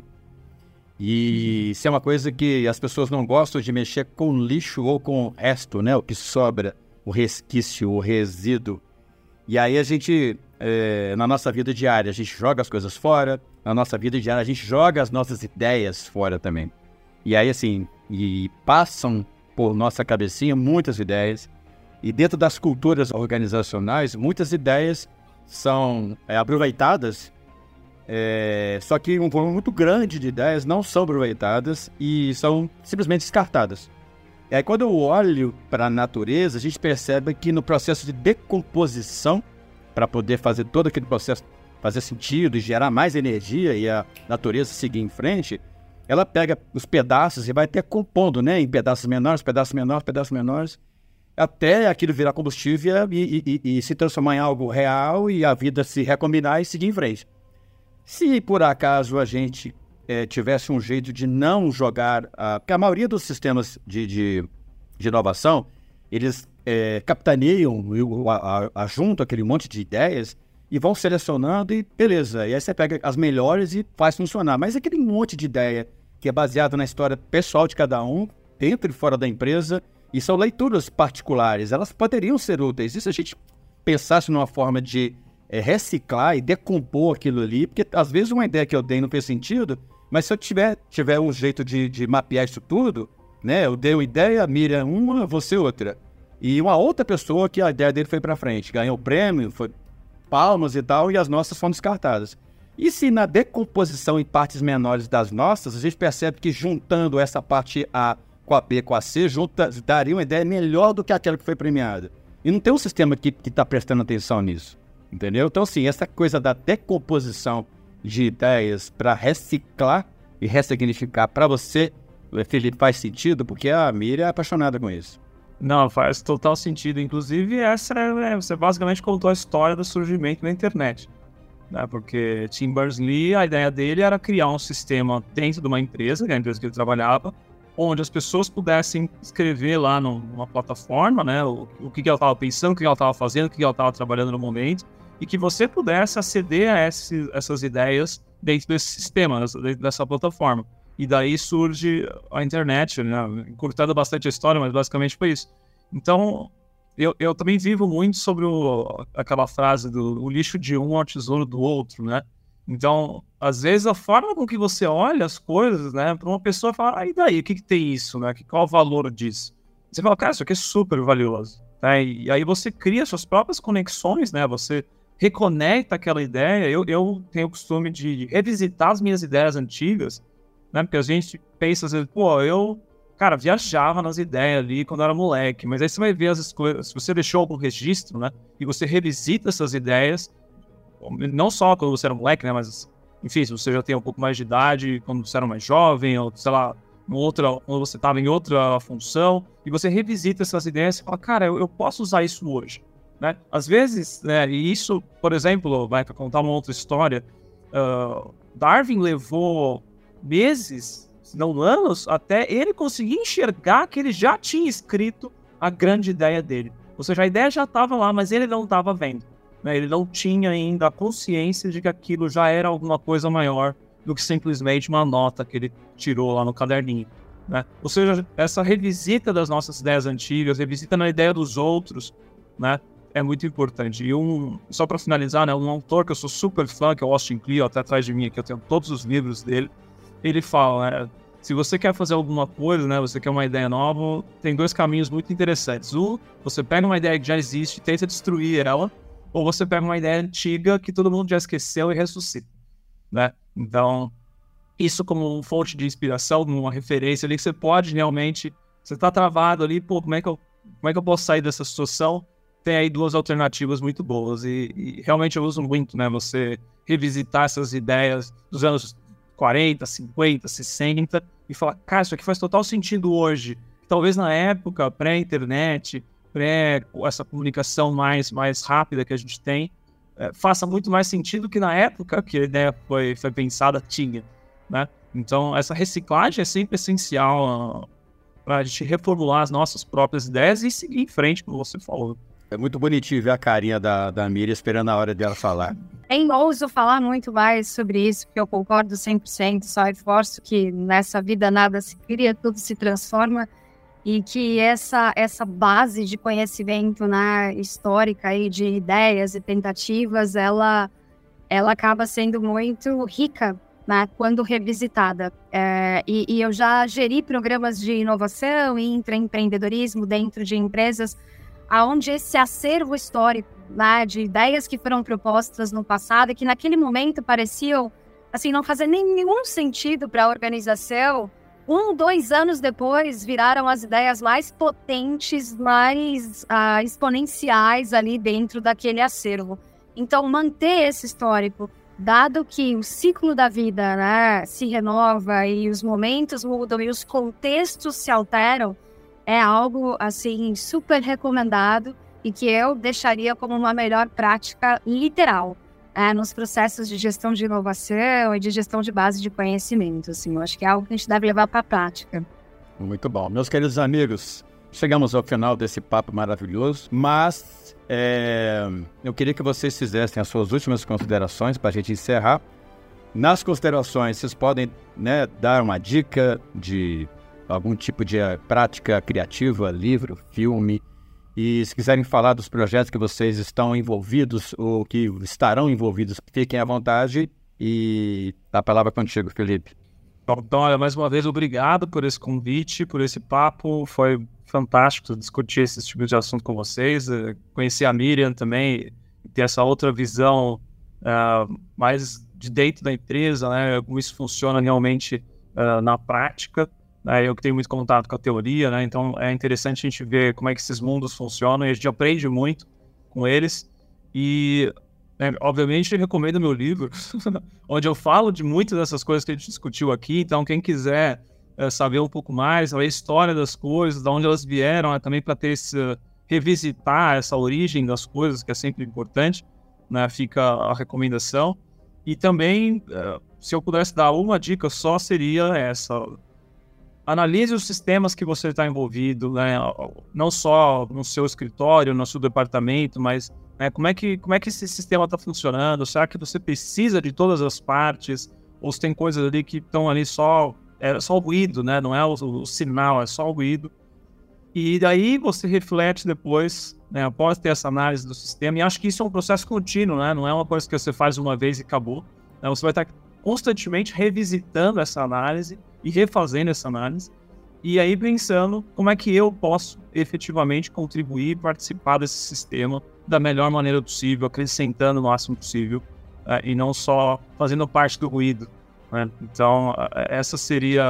E isso é uma coisa que as pessoas não gostam de mexer com lixo ou com o resto, né? O que sobra, o resquício, o resíduo. E aí a gente, é, na nossa vida diária, a gente joga as coisas fora. Na nossa vida diária, a gente joga as nossas ideias fora também. E aí, assim, e passam por nossa cabecinha muitas ideias. E dentro das culturas organizacionais, muitas ideias são é, aproveitadas, é, só que um volume muito grande de ideias não são aproveitadas e são simplesmente descartadas. E aí, quando eu olho para a natureza, a gente percebe que no processo de decomposição, para poder fazer todo aquele processo fazer sentido e gerar mais energia e a natureza seguir em frente, ela pega os pedaços e vai até compondo, né, em pedaços menores, pedaços menores, pedaços menores, até aquilo virar combustível e, e, e, e se transformar em algo real e a vida se recombinar e seguir em frente. Se por acaso a gente é, tivesse um jeito de não jogar... A, porque a maioria dos sistemas de, de, de inovação, eles é, capitaneiam, ajuntam aquele monte de ideias e vão selecionando e beleza. E aí você pega as melhores e faz funcionar. Mas aquele monte de ideia que é baseado na história pessoal de cada um, dentro e fora da empresa, e são leituras particulares, elas poderiam ser úteis. E se a gente pensasse numa forma de é, reciclar e decompor aquilo ali, porque às vezes uma ideia que eu dei não fez sentido, mas se eu tiver, tiver um jeito de, de mapear isso tudo, né? Eu dei uma ideia, a Miriam uma, você outra. E uma outra pessoa que a ideia dele foi para frente, ganhou o prêmio, foi palmas e tal, e as nossas foram descartadas. E se na decomposição em partes menores das nossas, a gente percebe que juntando essa parte A com a B com a C, junta, daria uma ideia melhor do que aquela que foi premiada. E não tem um sistema que está prestando atenção nisso, entendeu? Então, assim, essa coisa da decomposição de ideias para reciclar e ressignificar, para você, Felipe, faz sentido? Porque a Miriam é apaixonada com isso. Não, faz total sentido. Inclusive, essa é, você basicamente contou a história do surgimento da internet, né? Porque Tim Berners-Lee, a ideia dele era criar um sistema dentro de uma empresa, que é a empresa que ele trabalhava, onde as pessoas pudessem escrever lá numa plataforma, né, o, o que ela estava pensando, o que ela estava fazendo, o que ela estava trabalhando no momento, e que você pudesse aceder a esse, essas ideias dentro desse sistema, dentro dessa plataforma. E daí surge a internet, né, encurtando bastante a história, mas basicamente foi isso. Então, eu, eu também vivo muito sobre o, aquela frase do o lixo de um é o tesouro do outro, né? Então, às vezes, a forma com que você olha as coisas, né, para uma pessoa falar, ah, e daí, o que, que tem isso, né? Qual o valor disso? Você fala, cara, isso aqui é super valioso, né? E aí você cria suas próprias conexões, né? Você reconecta aquela ideia. Eu, eu tenho o costume de revisitar as minhas ideias antigas, né? Porque a gente pensa, às vezes, pô, eu, cara, viajava nas ideias ali quando eu era moleque, mas aí você vai ver as coisas, se você deixou algum registro, né? E você revisita essas ideias, não só quando você era moleque, né, mas, enfim, se você já tem um pouco mais de idade, quando você era mais jovem, ou, sei lá, outra, quando você estava em outra função, e você revisita essas ideias e fala, cara, eu, eu posso usar isso hoje, né? Às vezes, né, e isso, por exemplo, vai para contar uma outra história, uh, Darwin levou meses, se não anos, até ele conseguir enxergar que ele já tinha escrito a grande ideia dele. Ou seja, a ideia já estava lá, mas ele não estava vendo. Ele não tinha ainda a consciência de que aquilo já era alguma coisa maior do que simplesmente uma nota que ele tirou lá no caderninho, né? Ou seja, essa revisita das nossas ideias antigas, revisita na ideia dos outros, né? é muito importante. E um, só para finalizar, né, um autor que eu sou super fã, que é o Austin Kleon, até atrás de mim aqui, eu tenho todos os livros dele, ele fala, né, se você quer fazer alguma coisa, né, você quer uma ideia nova, tem dois caminhos muito interessantes. Um, você pega uma ideia que já existe e tenta destruir ela, ou você pega uma ideia antiga que todo mundo já esqueceu e ressuscita, né? Então, isso como fonte de inspiração, uma referência ali que você pode realmente... Você está travado ali, pô, como é, que eu, como é que eu posso sair dessa situação? Tem aí duas alternativas muito boas e, e realmente eu uso muito, né? Você revisitar essas ideias dos anos quarenta, cinquenta, sessenta e falar, cara, isso aqui faz total sentido hoje. Talvez na época, pré-internet, pré essa comunicação mais, mais rápida que a gente tem, é, faça muito mais sentido que na época que a ideia foi, foi pensada tinha, né? Então, essa reciclagem é sempre essencial para a gente reformular as nossas próprias ideias e seguir em frente, como você falou. É muito bonitinho ver a carinha da, da Miriam esperando a hora dela falar. Nem ouso falar muito mais sobre isso, porque eu concordo cem por cento, só reforço que nessa vida nada se cria, tudo se transforma, e que essa, essa base de conhecimento, né, histórica aí, de ideias e tentativas, ela, ela acaba sendo muito rica, né, quando revisitada. É, e, e eu já geri programas de inovação e intraempreendedorismo dentro de empresas onde esse acervo histórico, né, de ideias que foram propostas no passado e que naquele momento pareciam assim, não fazer nenhum sentido para a organização, um, dois anos depois viraram as ideias mais potentes, mais uh, exponenciais ali dentro daquele acervo. Então, manter esse histórico, dado que o ciclo da vida, né, se renova e os momentos mudam e os contextos se alteram, é algo, assim, super recomendado e que eu deixaria como uma melhor prática literal, é, nos processos de gestão de inovação e de gestão de base de conhecimento. Assim, eu acho que é algo que a gente deve levar para a prática. Muito bom. Meus queridos amigos, chegamos ao final desse papo maravilhoso, mas é, eu queria que vocês fizessem as suas últimas considerações para a gente encerrar. Nas considerações, vocês podem, né, dar uma dica de algum tipo de prática criativa, livro, filme, e se quiserem falar dos projetos que vocês estão envolvidos ou que estarão envolvidos, fiquem à vontade e a palavra é contigo, Felipe. Então, olha, mais uma vez, obrigado por esse convite, por esse papo, foi fantástico discutir esse tipo de assunto com vocês, conhecer a Miriam também, ter essa outra visão uh, mais de dentro da empresa, né, como isso funciona realmente uh, na prática. Eu que tenho muito contato com a teoria, né? Então é interessante a gente ver como é que esses mundos funcionam e a gente aprende muito com eles. E, né, obviamente, eu recomendo meu livro, onde eu falo de muitas dessas coisas que a gente discutiu aqui. Então, quem quiser é, saber um pouco mais, saber a história das coisas, de onde elas vieram, né, também para ter esse, revisitar essa origem das coisas, que é sempre importante, né? Fica a recomendação. E também, é, se eu pudesse dar uma dica só, seria essa: analise os sistemas que você está envolvido, né? Não só no seu escritório, no seu departamento, mas, né, como é que, como é que esse sistema está funcionando? Será que você precisa de todas as partes? Ou se tem coisas ali que estão ali só, é só o ruído, né? Não é o, o sinal, é só o ruído. E daí você reflete depois, né, após ter essa análise do sistema. E acho que isso é um processo contínuo, né? Não é uma coisa que você faz uma vez e acabou, né? Você vai estar constantemente revisitando essa análise e refazendo essa análise, e aí pensando como é que eu posso efetivamente contribuir e participar desse sistema da melhor maneira possível, acrescentando o máximo possível, uh, e não só fazendo parte do ruído, né? Então, uh, essa seria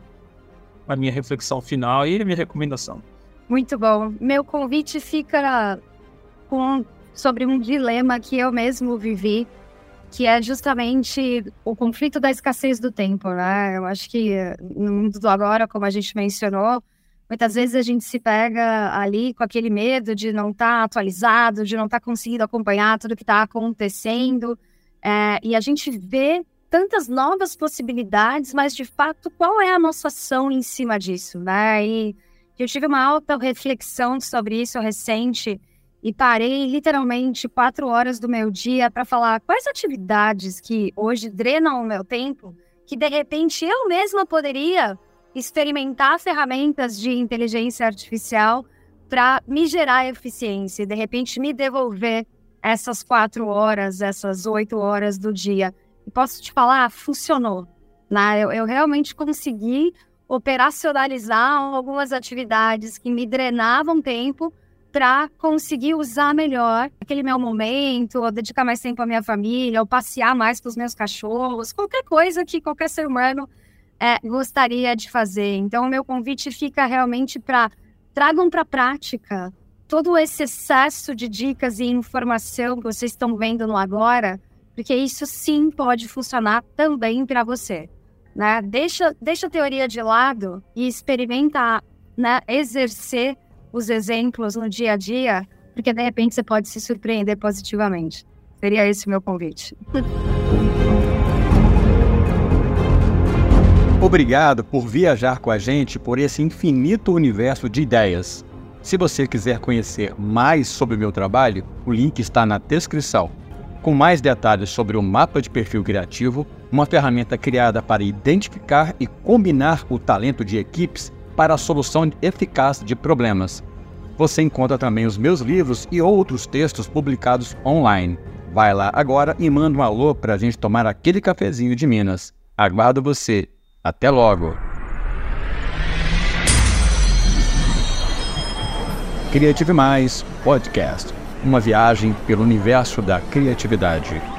a minha reflexão final e a minha recomendação. Muito bom. Meu convite fica com, sobre um dilema que eu mesmo vivi, que é justamente o conflito da escassez do tempo, né? Eu acho que no mundo do agora, como a gente mencionou, muitas vezes a gente se pega ali com aquele medo de não estar tá atualizado, de não estar tá conseguindo acompanhar tudo que está acontecendo, é, e a gente vê tantas novas possibilidades, mas de fato, qual é a nossa ação em cima disso, né? E eu tive uma alta reflexão sobre isso recente, e parei literalmente quatro horas do meu dia para falar quais atividades que hoje drenam o meu tempo, que de repente eu mesma poderia experimentar ferramentas de inteligência artificial para me gerar eficiência e, de repente, me devolver essas quatro horas, essas oito horas do dia. E posso te falar, funcionou. Né? Eu, eu realmente consegui operacionalizar algumas atividades que me drenavam tempo para conseguir usar melhor aquele meu momento, ou dedicar mais tempo à minha família, ou passear mais com os meus cachorros, qualquer coisa que qualquer ser humano é, gostaria de fazer. Então, o meu convite fica realmente para tragam para a prática todo esse excesso de dicas e informação que vocês estão vendo no agora, porque isso sim pode funcionar também para você. Né? Deixa, deixa a teoria de lado e experimenta, né, exercer os exemplos no dia a dia, porque de repente você pode se surpreender positivamente. Seria esse o meu convite. Obrigado por viajar com a gente por esse infinito universo de ideias. Se você quiser conhecer mais sobre o meu trabalho, o link está na descrição. Com mais detalhes sobre o mapa de perfil criativo, uma ferramenta criada para identificar e combinar o talento de equipes para a solução eficaz de problemas. Você encontra também os meus livros e outros textos publicados online. Vai lá agora e manda um alô para a gente tomar aquele cafezinho de Minas. Aguardo você. Até logo! Criative Mais Podcast. Uma viagem pelo universo da criatividade.